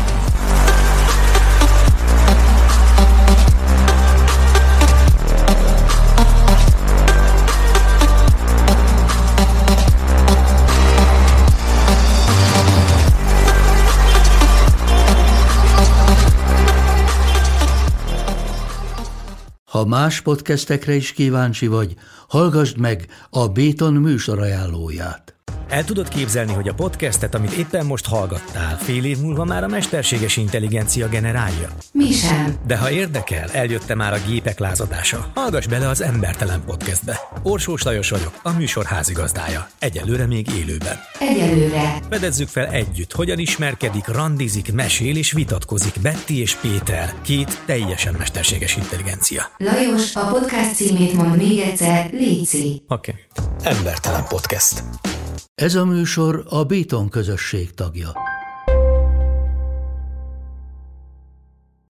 Ha más podcastekre is kíváncsi vagy, hallgassd meg a Béton műsor ajánlóját. El tudod képzelni, hogy a podcastet, amit éppen most hallgattál, fél év múlva már a mesterséges intelligencia generálja? Mi sem. De ha érdekel, eljött már a gépek lázadása. Hallgass bele az Embertelen Podcastbe. Orsós Lajos vagyok, a műsor házigazdája. Egyelőre még élőben. Egyelőre. Fedezzük fel együtt, hogyan ismerkedik, randizik, mesél és vitatkozik Betty és Péter, két teljesen mesterséges intelligencia. Lajos, a podcast címét mond még egyszer, léci. Oké. Okay. Embertelen Podcast. Ez a műsor a Béton közösség tagja.